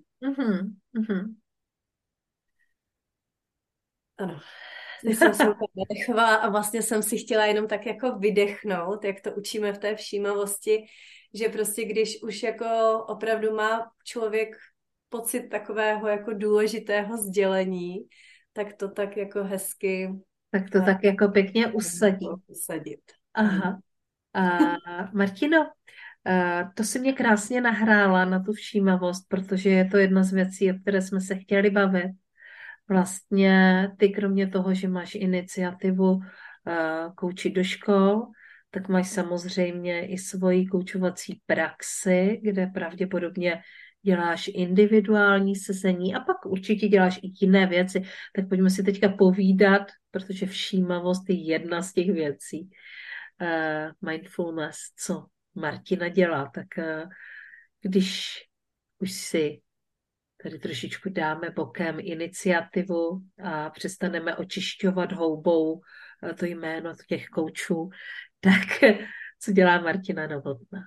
S2: Ano, teď jsem se vydechovala a vlastně jsem si chtěla jenom tak jako vydechnout, jak to učíme v té všímavosti, že prostě když už jako opravdu má člověk pocit takového jako důležitého sdělení, tak to tak jako hezky
S3: tak to tak jako pěkně
S2: usadit.
S3: Aha. Martino, to si mě krásně nahrála na tu všímavost, protože je to jedna z věcí, o které jsme se chtěli bavit. Vlastně ty kromě toho, že máš iniciativu koučit do škol, tak máš samozřejmě i svoji koučovací praxi, kde pravděpodobně děláš individuální sezení a pak určitě děláš i jiné věci. Tak pojďme si teďka povídat, protože všímavost je jedna z těch věcí. Mindfulness, co Martina dělá, tak když už si tady trošičku dáme bokem iniciativu a přestaneme očišťovat houbou to jméno těch koučů, tak co dělá Martina Novotná?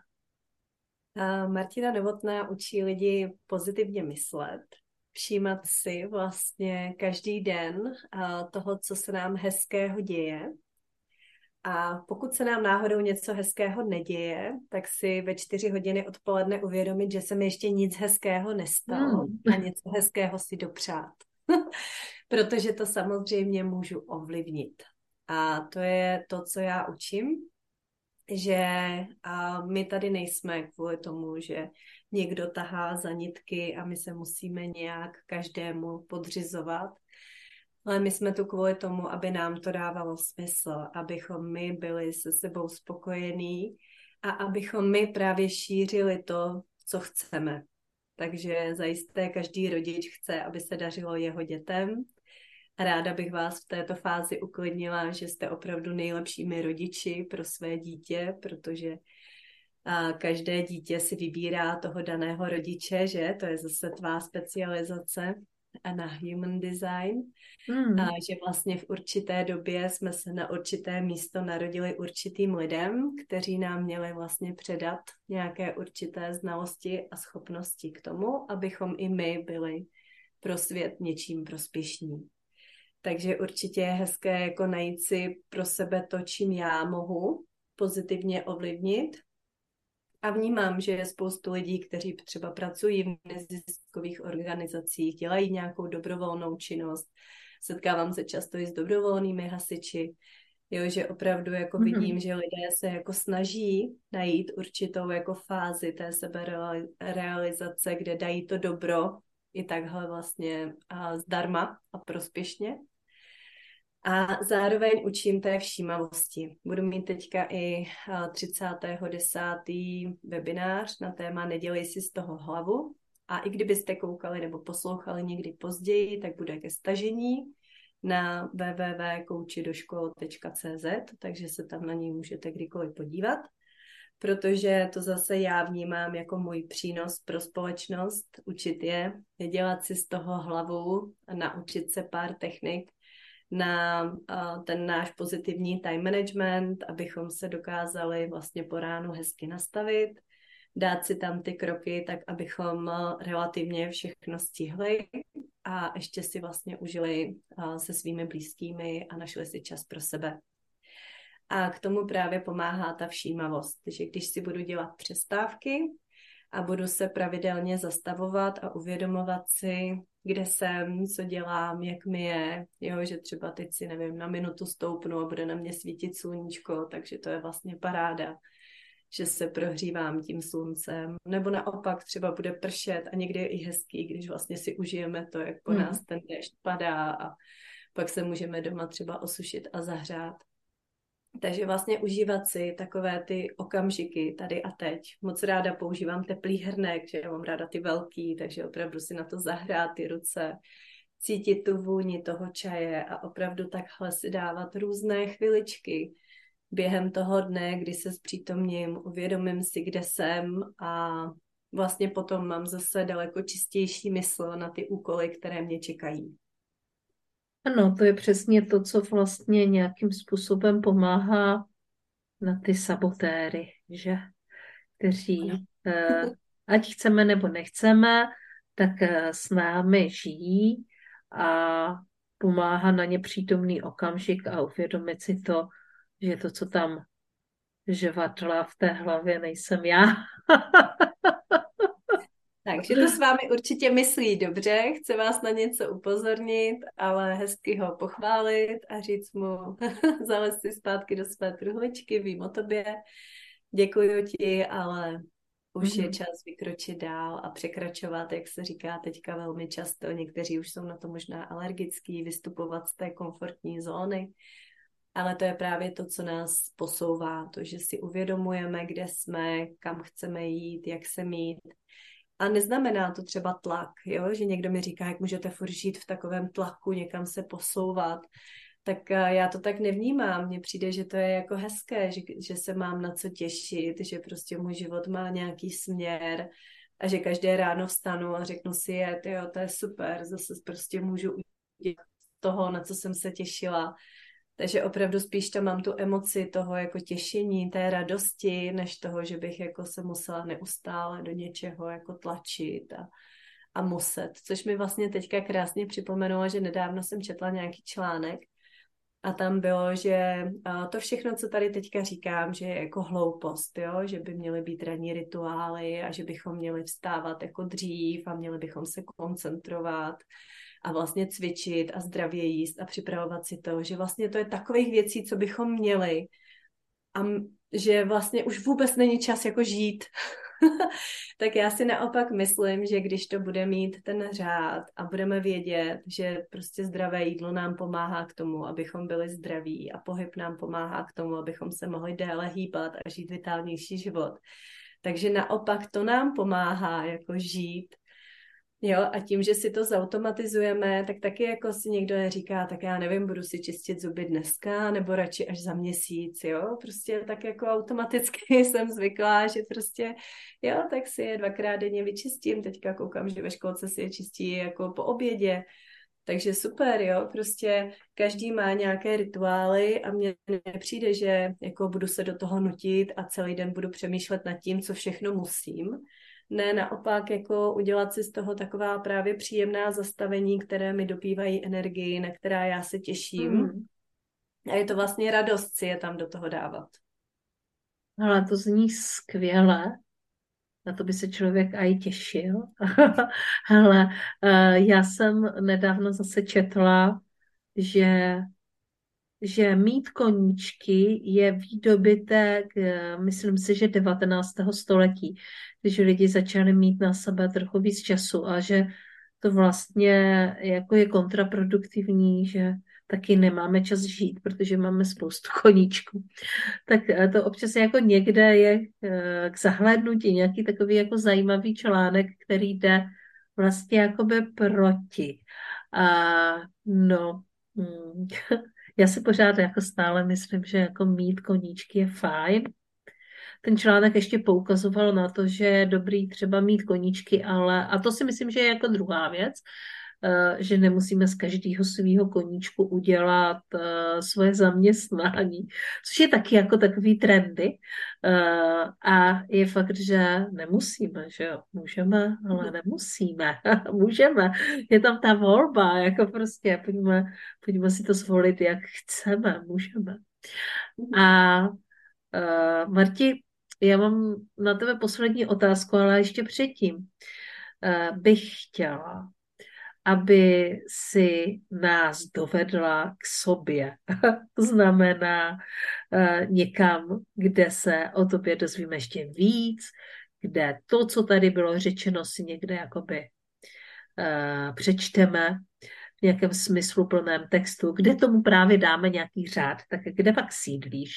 S2: Martina Novotná učí lidi pozitivně myslet, všímat si vlastně každý den toho, co se nám hezkého děje. A pokud se nám náhodou něco hezkého neděje, tak si ve 4 hodiny odpoledne uvědomit, že se mi ještě nic hezkého nestalo a něco hezkého si dopřát. Protože to samozřejmě můžu ovlivnit. A to je to, co já učím, že my tady nejsme kvůli tomu, že někdo tahá za nitky a my se musíme nějak každému podřizovat. Ale my jsme tu kvůli tomu, aby nám to dávalo smysl, abychom my byli se sebou spokojení a abychom my právě šířili to, co chceme. Takže zajisté každý rodič chce, aby se dařilo jeho dětem. A ráda bych vás v této fázi uklidnila, že jste opravdu nejlepšími rodiči pro své dítě, protože každé dítě si vybírá toho daného rodiče, že? To je zase tvá specializace a na human design. A že vlastně v určité době jsme se na určité místo narodili určitým lidem, kteří nám měli vlastně předat nějaké určité znalosti a schopnosti k tomu, abychom i my byli pro svět něčím prospěšní. Takže určitě je hezké jako najít si pro sebe to, čím já mohu pozitivně ovlivnit. A vnímám, že je spoustu lidí, kteří třeba pracují v neziskových organizacích, dělají nějakou dobrovolnou činnost. Setkávám se často i s dobrovolnými hasiči. Jo, že opravdu jako vidím, že lidé se jako snaží najít určitou jako fázi té seberealizace, kde dají to dobro i takhle vlastně zdarma a prospěšně. A zároveň učím té všímavosti. Budu mít teďka i 30.10. webinář na téma Nedělej si z toho hlavu. A i kdybyste koukali nebo poslouchali někdy později, tak bude ke stažení na www.koučidoškol.cz, takže se tam na něj můžete kdykoliv podívat, protože to zase já vnímám jako můj přínos pro společnost, učit je, nedělat si z toho hlavu a naučit se pár technik na ten náš pozitivní time management, abychom se dokázali vlastně po ránu hezky nastavit, dát si tam ty kroky, tak abychom relativně všechno stihli a ještě si vlastně užili se svými blízkými a našli si čas pro sebe. A k tomu právě pomáhá ta všímavost, že když si budu dělat přestávky a budu se pravidelně zastavovat a uvědomovat si, kde jsem, co dělám, jak mi je, jo, že třeba teď si, nevím, na minutu stoupnu a bude na mě svítit sluníčko, takže to je vlastně paráda, že se prohřívám tím sluncem, nebo naopak třeba bude pršet a někdy je i hezký, když vlastně si užijeme to, jak po nás ten déšť padá a pak se můžeme doma třeba osušit a zahřát. Takže vlastně užívat si takové ty okamžiky tady a teď. Moc ráda používám teplý hrnek, že já mám ráda ty velký, takže opravdu si na to zahrát ty ruce, cítit tu vůni toho čaje a opravdu takhle si dávat různé chviličky během toho dne, kdy se zpřítomním, uvědomím si, kde jsem a vlastně potom mám zase daleko čistější mysl na ty úkoly, které mě čekají.
S3: Ano, to je přesně to, co vlastně nějakým způsobem pomáhá na ty sabotéry, že? Kteří, ať chceme nebo nechceme, tak s námi žijí a pomáhá na ně přítomný okamžik a uvědomit si to, že to, co tam žvatla v té hlavě, nejsem já.
S2: Takže to s vámi určitě myslí dobře, chce vás na něco upozornit, ale hezky ho pochválit a říct mu, zalez si zpátky do své truhličky, vím o tobě, děkuji ti, ale už je čas vykročit dál a překračovat, jak se říká teďka velmi často, někteří už jsou na to možná alergický, vystupovat z té komfortní zóny, ale to je právě to, co nás posouvá, to, že si uvědomujeme, kde jsme, kam chceme jít, jak se mít. A neznamená to třeba tlak, jo? Že někdo mi říká, jak můžete furt žít v takovém tlaku, někam se posouvat. Tak já to tak nevnímám. Mně přijde, že to je jako hezké, že se mám na co těšit, že prostě můj život má nějaký směr a že každé ráno vstanu a řeknu si, jo, to je super, zase prostě můžu udělat toho, na co jsem se těšila. Takže opravdu spíš tam mám tu emoci toho jako těšení, té radosti, než toho, že bych jako se musela neustále do něčeho jako tlačit a muset. Což mi vlastně teďka krásně připomenulo, že nedávno jsem četla nějaký článek a tam bylo, že to všechno, co tady teďka říkám, že je jako hloupost, jo? Že by měly být ranní rituály a že bychom měli vstávat jako dřív a měli bychom se koncentrovat a vlastně cvičit a zdravě jíst a připravovat si to, že vlastně to je takových věcí, co bychom měli a že vlastně už vůbec není čas jako žít. Tak já si naopak myslím, že když to bude mít ten řád a budeme vědět, že prostě zdravé jídlo nám pomáhá k tomu, abychom byli zdraví a pohyb nám pomáhá k tomu, abychom se mohli déle hýbat a žít vitálnější život. Takže naopak to nám pomáhá jako žít. Jo, a tím, že si to zautomatizujeme, tak taky jako si někdo neříká, tak já nevím, budu si čistit zuby dneska, nebo radši až za měsíc, jo. Prostě tak jako automaticky jsem zvyklá, že prostě, jo, tak si je 2krát denně vyčistím. Teďka koukám, že ve školce si je čistí jako po obědě. Takže super, jo, prostě každý má nějaké rituály a mně nepřijde, že jako budu se do toho nutit a celý den budu přemýšlet nad tím, co všechno musím. Ne, naopak jako udělat si z toho taková právě příjemná zastavení, které mi dobývají energii, na která já se těším. A je to vlastně radost si je tam do toho dávat.
S3: Ale to zní skvěle. Na to by se člověk aj těšil. Ale já jsem nedávno zase četla, že mít koníčky je výdobytek, myslím si, že 19. století, když lidi začali mít na sebe trochu víc času a že to vlastně jako je kontraproduktivní, že taky nemáme čas žít, protože máme spoustu koníčků. Tak to občas jako někde je k zahlédnutí nějaký takový jako zajímavý článek, který jde vlastně jakoby proti. Já si pořád jako stále myslím, že jako mít koníčky je fajn. Ten článek ještě poukazoval na to, že je dobrý třeba mít koníčky, ale, a to si myslím, že je jako druhá věc, že nemusíme z každého svého koníčku udělat svoje zaměstnání, což je taky jako takový trendy. A je fakt, že nemusíme, že jo, můžeme, ale nemusíme, můžeme. Je tam ta volba, jako prostě pojďme si to zvolit, jak chceme, můžeme. A Marti, já mám na tebe poslední otázku, ale ještě předtím bych chtěla, aby si nás dovedla k sobě. To znamená někam, kde se o tobě dozvíme ještě víc, kde to, co tady bylo řečeno, si někde jakoby přečteme v nějakém smysluplném textu, kde tomu právě dáme nějaký řád. Tak kde pak sídlíš?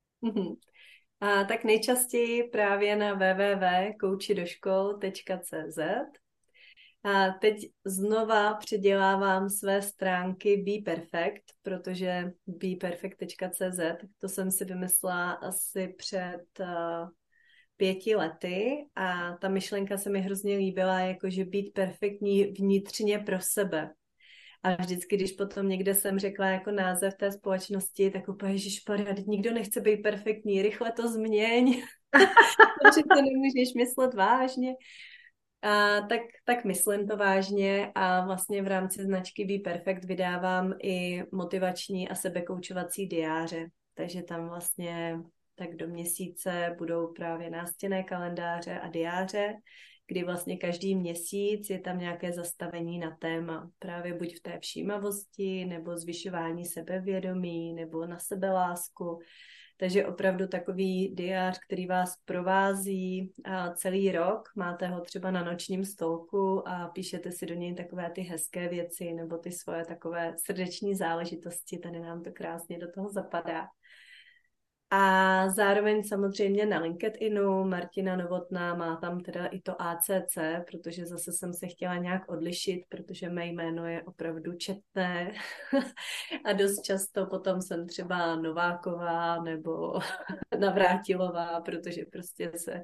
S2: A tak nejčastěji právě na www.koučidoškol.cz. A teď znova předělávám své stránky Be Perfect, protože beperfect.cz, to jsem si vymyslela asi před 5 lety a ta myšlenka se mi hrozně líbila, jakože být perfektní vnitřně pro sebe. A vždycky, když potom někde jsem řekla jako název té společnosti, tak úplně ježišmarja, teď nikdo nechce být perfektní, rychle to změň, protože to nemůžeš myslet vážně. Tak myslím to vážně a vlastně v rámci značky Be Perfect vydávám i motivační a sebekoučovací diáře. Takže tam vlastně tak do měsíce budou právě nástěnné kalendáře a diáře, kdy vlastně každý měsíc je tam nějaké zastavení na téma. Právě buď v té všímavosti, nebo zvyšování sebevědomí, nebo na sebelásku. Takže opravdu takový diář, který vás provází celý rok, máte ho třeba na nočním stolku a píšete si do něj takové ty hezké věci nebo ty svoje takové srdeční záležitosti, tady nám to krásně do toho zapadá. A zároveň samozřejmě na LinkedInu Martina Novotná má tam teda i to ACC, protože zase jsem se chtěla nějak odlišit, protože mé jméno je opravdu četné a dost často potom jsem třeba Nováková nebo Navrátilová, protože prostě se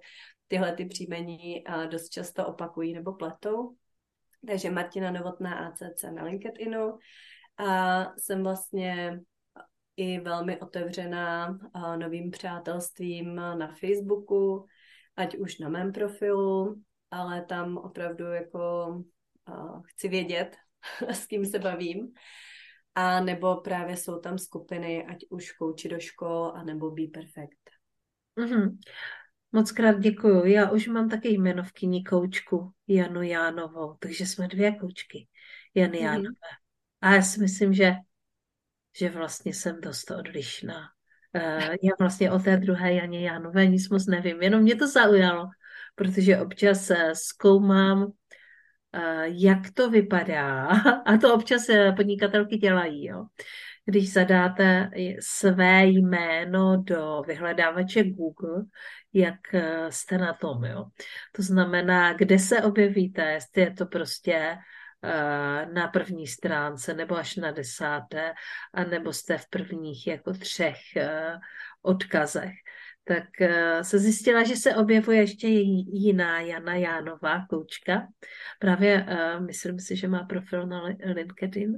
S2: tyhle ty příjmení dost často opakují nebo pletou. Takže Martina Novotná ACC na LinkedInu. A jsem vlastně i velmi otevřená novým přátelstvím na Facebooku, ať už na mém profilu, ale tam opravdu jako chci vědět, s kým se bavím. A nebo právě jsou tam skupiny, ať už Kouči do škol, anebo Be Perfect.
S3: Mm-hmm. Moc krát děkuju. Já už mám taky jmenovkyni koučku Janu Jánovou, takže jsme 2 koučky Jany Jánové. A já si myslím, že vlastně jsem dost odlišná. Já vlastně o té druhé Janě Jánové nic moc nevím, jenom mě to zaujalo, protože občas zkoumám, jak to vypadá, a to občas podnikatelky dělají, jo. Když zadáte své jméno do vyhledávače Google, jak jste na tom, jo. To znamená, kde se objevíte, jestli je to prostě na první stránce nebo až na 10. a nebo jste v prvních jako 3 odkazech. Tak se zjistila, že se objevuje ještě jiná Jana Jánová, koučka. Právě myslím si, že má profil na LinkedIn.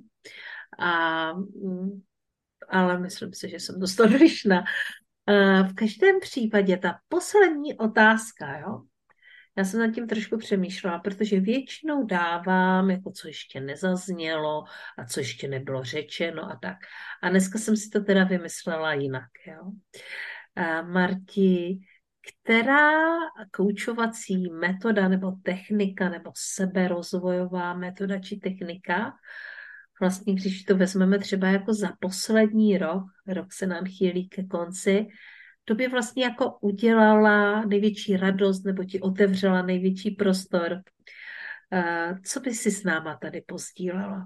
S3: Ale myslím si, že jsem dost odlišná. V každém případě ta poslední otázka, jo? Já jsem nad tím trošku přemýšlela, protože většinou dávám, jako co ještě nezaznělo a co ještě nebylo řečeno a tak. A dneska jsem si to teda vymyslela jinak, jo. Marti, která koučovací metoda nebo technika nebo seberozvojová metoda či technika, vlastně když to vezmeme třeba jako za poslední rok se nám chýlí ke konci, to by vlastně jako udělala největší radost nebo ti otevřela největší prostor. Co by si s náma tady pozdílela?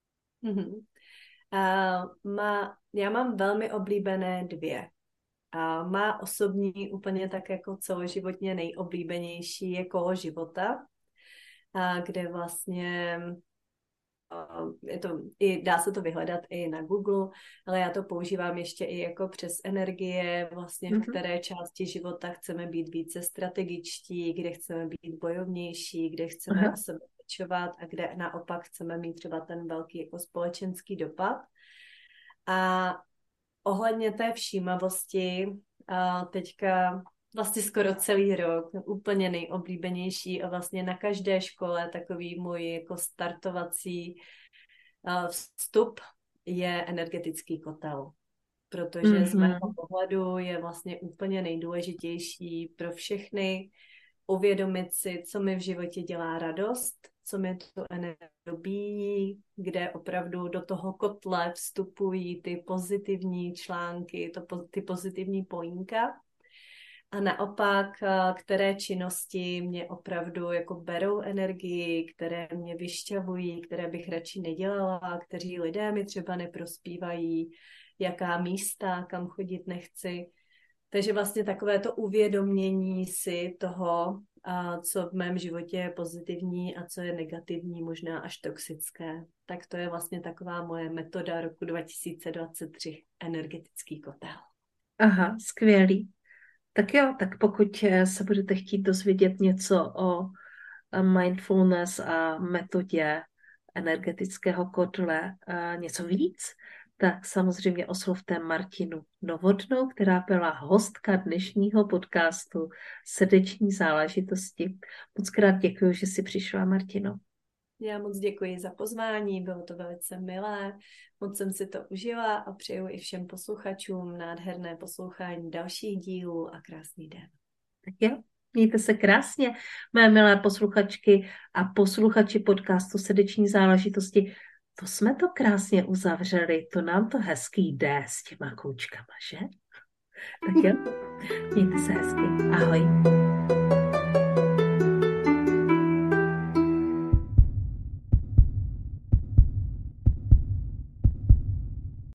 S2: Já mám velmi oblíbené 2. Má osobní úplně tak jako celoživotně nejoblíbenější je Kolo života, kde vlastně dá se to vyhledat i na Google, ale já to používám ještě i jako přes energie, vlastně v které části života chceme být více strategičtí, kde chceme být bojovnější, kde chceme o sebe pečovat a kde naopak chceme mít třeba ten velký jako společenský dopad. A ohledně té všímavosti teďka vlastně skoro celý rok, úplně nejoblíbenější a vlastně na každé škole takový můj jako startovací vstup je energetický kotel. Protože z mého pohledu je vlastně úplně nejdůležitější pro všechny uvědomit si, co mi v životě dělá radost, co mi tu energii dobíjí, kde opravdu do toho kotle vstupují ty pozitivní články, ty pozitivní polínka. A naopak, které činnosti mě opravdu jako berou energii, které mě vyšťavují, které bych radši nedělala, kteří lidé mi třeba neprospívají, jaká místa, kam chodit nechci. Takže vlastně takové to uvědomění si toho, co v mém životě je pozitivní a co je negativní, možná až toxické. Tak to je vlastně taková moje metoda roku 2023, energetický kotel.
S3: Aha, skvělý. Tak jo, tak pokud se budete chtít dozvědět něco o mindfulness a metodě energetického kotle, něco víc, tak samozřejmě oslovte Martinu Novotnou, která byla hostka dnešního podcastu Srdeční záležitosti. Moc krát děkuji, že jsi přišla, Martino.
S2: Já moc děkuji za pozvání, bylo to velice milé, moc jsem si to užila a přeju i všem posluchačům nádherné poslouchání dalších dílů a krásný den.
S3: Tak jo, mějte se krásně, mé milé posluchačky a posluchači podcastu Srdeční záležitosti. To jsme to krásně uzavřeli, to nám to hezký jde s těma koučkama, že? Tak jo, mějte se hezky, ahoj.